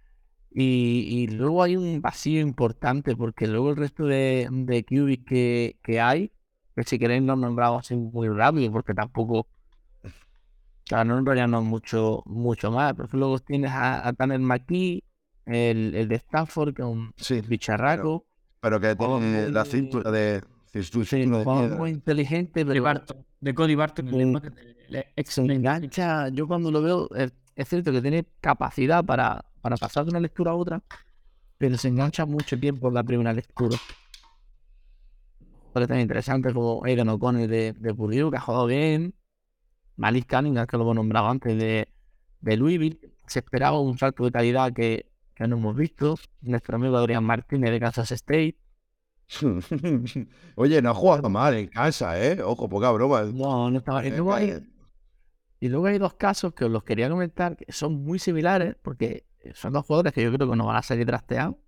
Speaker 4: Y, y luego hay un vacío importante, porque luego el resto de, de Q Bs que, que hay, que si queréis los nombramos así muy rápido, porque tampoco, o sea, no enrollarnos mucho, mucho más. Porque luego tienes a, a Tanner McKee, el, el de Stanford, que es un
Speaker 1: Sí,
Speaker 4: bicharraco,
Speaker 1: pero que
Speaker 4: jugador
Speaker 1: tiene la
Speaker 4: muy,
Speaker 1: cintura de, cintu-
Speaker 4: sí,
Speaker 1: cintura de
Speaker 4: jugador
Speaker 1: piedra.
Speaker 4: muy inteligente,
Speaker 2: de
Speaker 4: pero
Speaker 2: Barton, de Cody Barton, el
Speaker 4: Mm.
Speaker 2: mismo que el ex
Speaker 4: se engancha. Yo cuando lo veo, es, es cierto que tiene capacidad para, para pasar de una lectura a otra, pero se engancha mucho tiempo en la primera lectura. Porque tan interesante como Aidan O'Connor de, de Purdue, que ha jugado bien. Malik Cunningham, que lo hemos nombrado antes, de, de Louisville. Se esperaba un salto de calidad que, que no hemos visto. Nuestro amigo Adrián Martínez de Kansas State.
Speaker 1: Oye, no ha jugado mal en casa, ¿eh? Ojo, poca broma.
Speaker 4: No, no estaba. Y
Speaker 1: Eh,
Speaker 4: luego hay,
Speaker 1: eh,
Speaker 4: y luego hay dos casos que os los quería comentar que son muy similares, porque son dos jugadores que yo creo que no van a salir drafteados,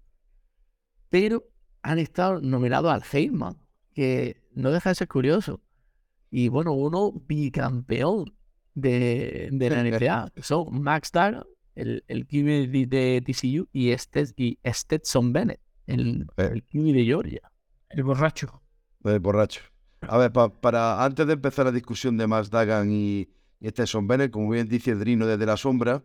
Speaker 4: pero han estado nominados al Heisman, que no deja de ser curioso. Y bueno, uno bicampeón de, de la N B A, que son Max Duggan, el, el Q B de, de T C U, y, Stet- y Stetson Bennett, el,
Speaker 1: Eh.
Speaker 4: el Q B de Georgia.
Speaker 2: el borracho.
Speaker 1: El borracho. A ver, pa- para antes de empezar la discusión de Max Duggan y, y Stetson Bennett, como bien dice Drino desde la sombra,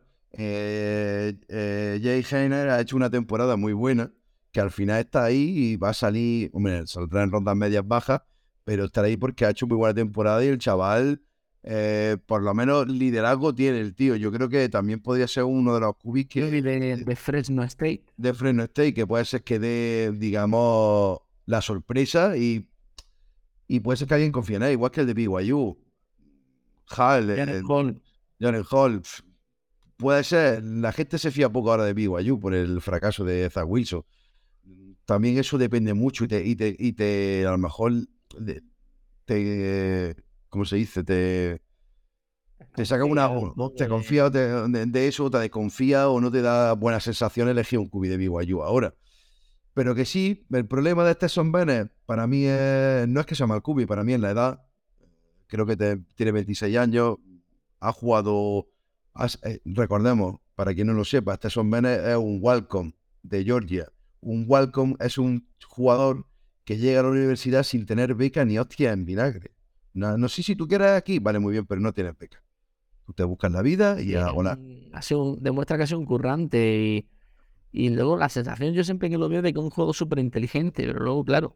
Speaker 1: eh, eh, Jay Heiner ha hecho una temporada muy buena, que al final está ahí y va a salir, hombre, saldrá en rondas medias bajas, pero estará ahí porque ha hecho muy buena temporada y el chaval, eh, por lo menos liderazgo tiene el tío. Yo creo que también podría ser uno de los cubis
Speaker 4: Q B
Speaker 1: que,
Speaker 4: de, de Fresno State.
Speaker 1: de Fresno State, que puede ser que dé, digamos, la sorpresa y, y puede ser que alguien confíe en él, igual que el de B Y U. Hall, eh,
Speaker 4: Jared Hall.
Speaker 1: Jared Hall. pf, Puede ser, la gente se fía poco ahora de B Y U por el fracaso de Zach Wilson. También eso depende mucho y te, y te, y te a lo mejor de- te, ¿cómo se dice? Te, te saca una,
Speaker 4: Confía un
Speaker 1: o-
Speaker 4: poco
Speaker 1: te
Speaker 4: de-
Speaker 1: confía de, de- de eso, te desconfía o no te da buena sensación elegir un cubi de B Y U ahora. Pero que sí, el problema de este Son Bennett para mí es, no es que sea mal cubi, para mí es la edad. Creo que te- tiene veintiséis años, ha jugado, has- eh, recordemos, para quien no lo sepa, este Son Bennett es un Welcome de Georgia. Un Welcome es un jugador que llega a la universidad sin tener beca ni hostia en vinagre. No, no sé si tú quieres aquí, vale, muy bien, pero no tienes beca. Tú te buscas la vida y a volar.
Speaker 4: Ha sido un- demuestra que ha sido un currante y, y luego la sensación yo siempre que lo veo de que es un juego súper inteligente, pero luego, claro,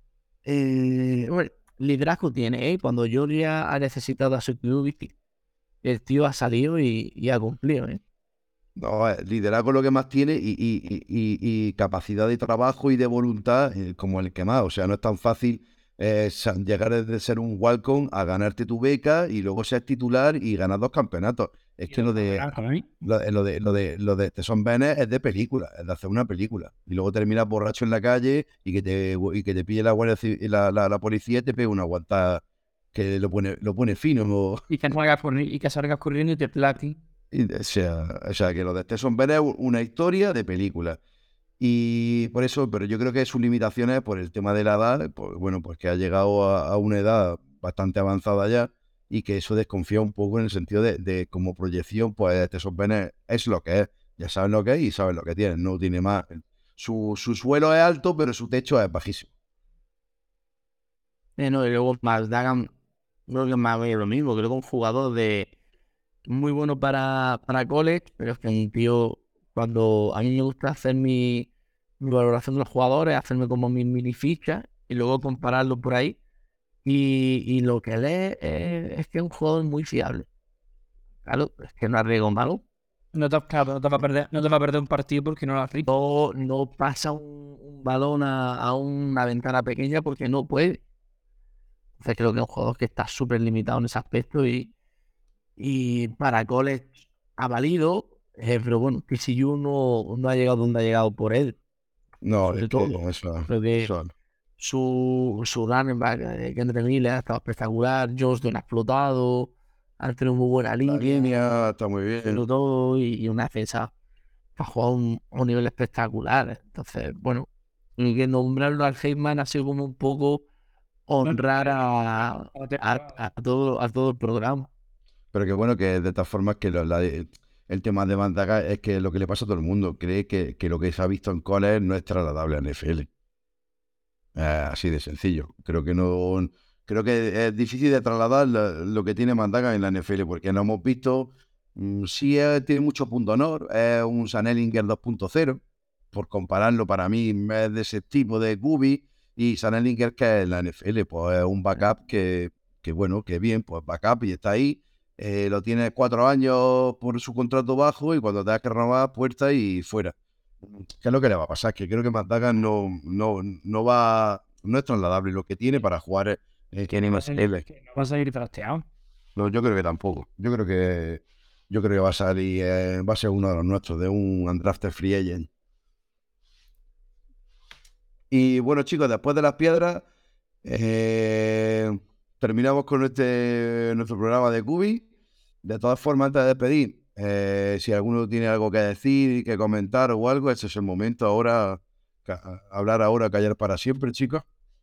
Speaker 4: eh, bueno, liderazgo tiene, ¿eh? Cuando Georgia ha necesitado a su Q B, el tío ha salido y, y ha cumplido, ¿eh?
Speaker 1: No, eh, liderazgo es lo que más tiene y, y- y- y- y capacidad de trabajo y de voluntad eh, como el que más. O sea, no es tan fácil eh, sa- llegar desde ser un Walcon a ganarte tu beca y luego ser titular y ganar dos campeonatos. Es que lo de lo, de- lo de lo de lo de Tesson Bennett es de película, es de hacer una película. Y luego terminas borracho en la calle y que te y que te pille la guardia Civi- la, la, la policía y te pegue una aguantada que lo pone, lo pone fino. ¿No?
Speaker 2: Y que salgas corriendo y, que salgas corriendo y te platin.
Speaker 1: Y, o sea, o sea, que lo de Tesson Bennett es una historia de película. Y por eso, pero yo creo que sus limitaciones por el tema de la edad, pues bueno, pues que ha llegado a, a una edad bastante avanzada ya y que eso desconfía un poco en el sentido de, de como proyección, pues Tesson Bennett es lo que es. Ya saben lo que es y saben lo que tienen, no tiene más. Su, su suelo es alto, pero su techo es bajísimo.
Speaker 4: Eh, no, y luego McDagan, creo que es más o menos lo mismo, creo que un jugador de muy bueno para, para college, pero es que un tío, cuando a mí me gusta hacer mi, mi valoración de los jugadores, hacerme como mis mini fichas y luego compararlo por ahí. Y, y lo que lee es, es que es un jugador muy fiable. Claro, es que no arriesga un balón.
Speaker 2: No te, claro, no te va a perder, no te va a perder un partido porque no lo has rico.
Speaker 4: No, no pasa un, un balón a, a una ventana pequeña porque no puede. Entonces creo que es un jugador que está súper limitado en ese aspecto y, y para college ha valido, eh, pero bueno, T C U no, no ha llegado donde ha llegado por él.
Speaker 1: No,
Speaker 4: Sobre
Speaker 1: es que
Speaker 4: todo,
Speaker 1: eso,
Speaker 4: creo que
Speaker 1: eso
Speaker 4: su, su running back, eh, Kendrick Miller, ha estado espectacular, Johnston ha explotado, ha tenido muy buena
Speaker 1: la
Speaker 4: línea,
Speaker 1: línea está muy bien.
Speaker 4: pero todo y, y una defensa que ha jugado a un, a un nivel espectacular. Entonces, bueno, y que nombrarlo al Heisman ha sido como un poco honrar a, a, a todo, a todo el programa.
Speaker 1: Pero que bueno, que de todas formas que lo- la- el tema de Bandaga es que lo que le pasa a todo el mundo, cree que, que lo que se ha visto en college no es trasladable a N F L. Eh, así de sencillo. Creo que no, creo que es difícil de trasladar lo, lo que tiene Bandaga en la N F L, porque no hemos visto, mm, sí es- tiene mucho punto honor, es un Sam Ehlinger dos punto cero, por compararlo para mí es de ese tipo de Gubi, y Sam Ehlinger que es en la N F L, pues es un backup que, que bueno, que bien, pues backup y está ahí. Eh, lo tiene cuatro años por su contrato bajo y cuando tengas que renovar, puerta y fuera. ¿Qué es lo que le va a pasar? Que creo que Mandaga no, no, no va, no es trasladable lo que tiene para jugar en
Speaker 3: Tiene más leve.
Speaker 2: No vas a ir trasteado.
Speaker 1: No, yo creo que tampoco. Yo creo que yo creo que va a salir, eh, va a ser uno de los nuestros, de un undrafted free agent. Y bueno, chicos, después de las piedras, eh, terminamos con este nuestro programa de Cubi. De todas formas, antes de despedir, eh, si alguno tiene algo que decir, que comentar o algo, ese es el momento ahora, ca- hablar ahora, callar para siempre, chicos.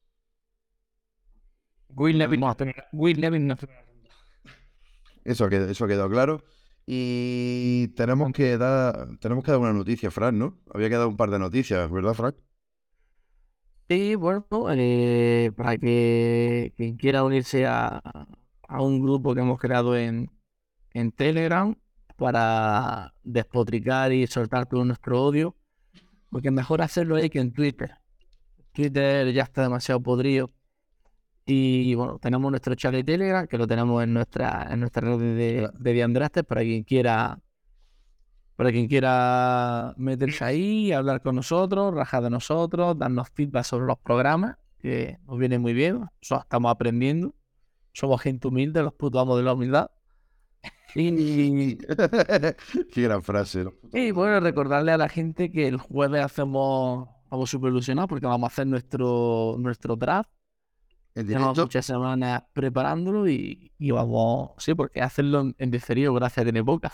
Speaker 2: Will Levin no. Will Levin no.
Speaker 1: Eso, quedó- eso quedó claro. Y tenemos que dar, tenemos que dar una noticia, Frank, ¿no? Había que dar un par de noticias, ¿verdad, Frank?
Speaker 4: Y bueno, eh, para que quien quiera unirse a, a un grupo que hemos creado en, en Telegram para despotricar y soltar todo nuestro odio, porque es mejor hacerlo ahí que en Twitter. Twitter ya está demasiado podrido. Y bueno, tenemos nuestro chat de Telegram, que lo tenemos en nuestra, en nuestra red de, de Diandrastes, para quien quiera, para quien quiera meterse ahí, hablar con nosotros, rajar de nosotros, darnos feedback sobre los programas, que nos viene muy bien. Eso estamos aprendiendo. Somos gente humilde, los putos amos de la humildad. Y,
Speaker 1: Qué gran frase, ¿no?
Speaker 4: y bueno, recordarle a la gente que el jueves hacemos, estamos súper ilusionados porque vamos a hacer nuestro, nuestro draft.
Speaker 1: En
Speaker 4: Llevamos
Speaker 1: directo.
Speaker 4: muchas semanas preparándolo y, y vamos, sí, porque hacerlo en, en diferido, gracias, tiene poca.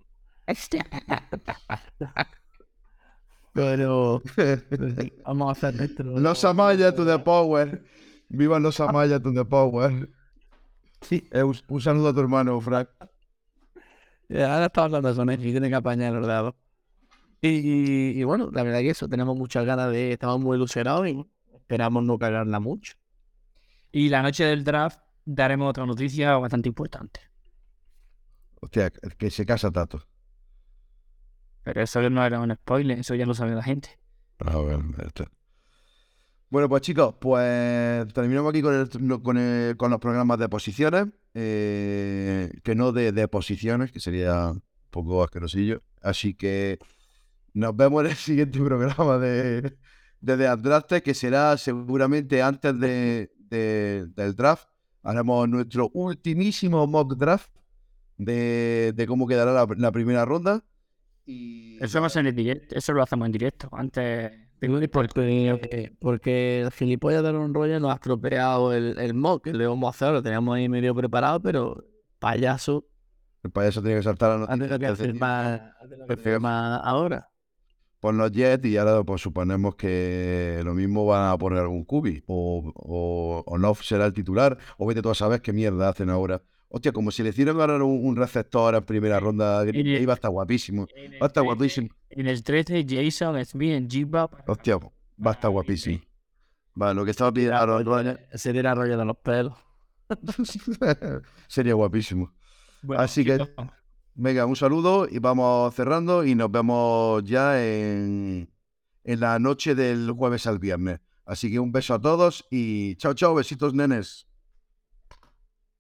Speaker 4: Pero vamos a hacer nuestro.
Speaker 1: Los Amaya to the power. Vivan los Amaya to the power.
Speaker 4: Sí,
Speaker 1: Eh, un, un saludo a tu hermano, Frank.
Speaker 4: eh, ahora estamos hablando con él y tiene que apañar los dados. Y, y, y bueno, la verdad que eso, tenemos muchas ganas de, estamos muy ilusionados y esperamos no cagarla mucho.
Speaker 2: Y la noche del draft daremos otra noticia bastante importante.
Speaker 1: Hostia, que se casa Tato.
Speaker 2: Pero eso no era un spoiler, eso ya lo sabe la gente.
Speaker 1: Ah, bueno, ya está. Bueno, pues chicos, pues terminamos aquí con, el- con, el- con los programas de posiciones, eh, que no de, de posiciones, que sería un poco asquerosillo. Así que nos vemos en el siguiente programa de, de The Undrafted, que será seguramente antes de, de- del draft. Haremos nuestro ultimísimo mock draft de, de cómo quedará la, la primera ronda. Y
Speaker 2: Eso va a ser en directo, eso lo hacemos en directo. Antes de
Speaker 4: Porque, porque el gilipollas de Aaron Rodgers nos ha estropeado el, el mock que le íbamos a hacer, lo teníamos ahí medio preparado, pero payaso
Speaker 1: el payaso tiene que saltar a la
Speaker 4: ha tenido que
Speaker 1: noticia.
Speaker 4: firmar, ha tenido que
Speaker 1: Prefiero-
Speaker 4: firmar ahora.
Speaker 1: Por los Jets y ahora pues suponemos que lo mismo van a poner algún cubi o, o, o no será el titular o vete tú a saber qué mierda hacen ahora. Hostia, como si le hicieran ganar un, un receptor en primera ronda,
Speaker 2: En el-
Speaker 1: iba a estar guapísimo.
Speaker 2: en el
Speaker 1: Va a estar
Speaker 2: trece
Speaker 1: guapísimo.
Speaker 2: En el trece, Jason Smith en G-Bap.
Speaker 1: Hostia, va a estar guapísimo. Vale, lo que estaba pidiendo Aaron Rodgers
Speaker 4: Se tira rollo de los pelos.
Speaker 1: sería guapísimo.
Speaker 2: Bueno,
Speaker 1: Así que-
Speaker 2: chicos,
Speaker 1: Venga, un saludo y vamos cerrando y nos vemos ya en, en la noche del jueves al viernes. Así que un beso a todos y chao, chao, besitos, nenes.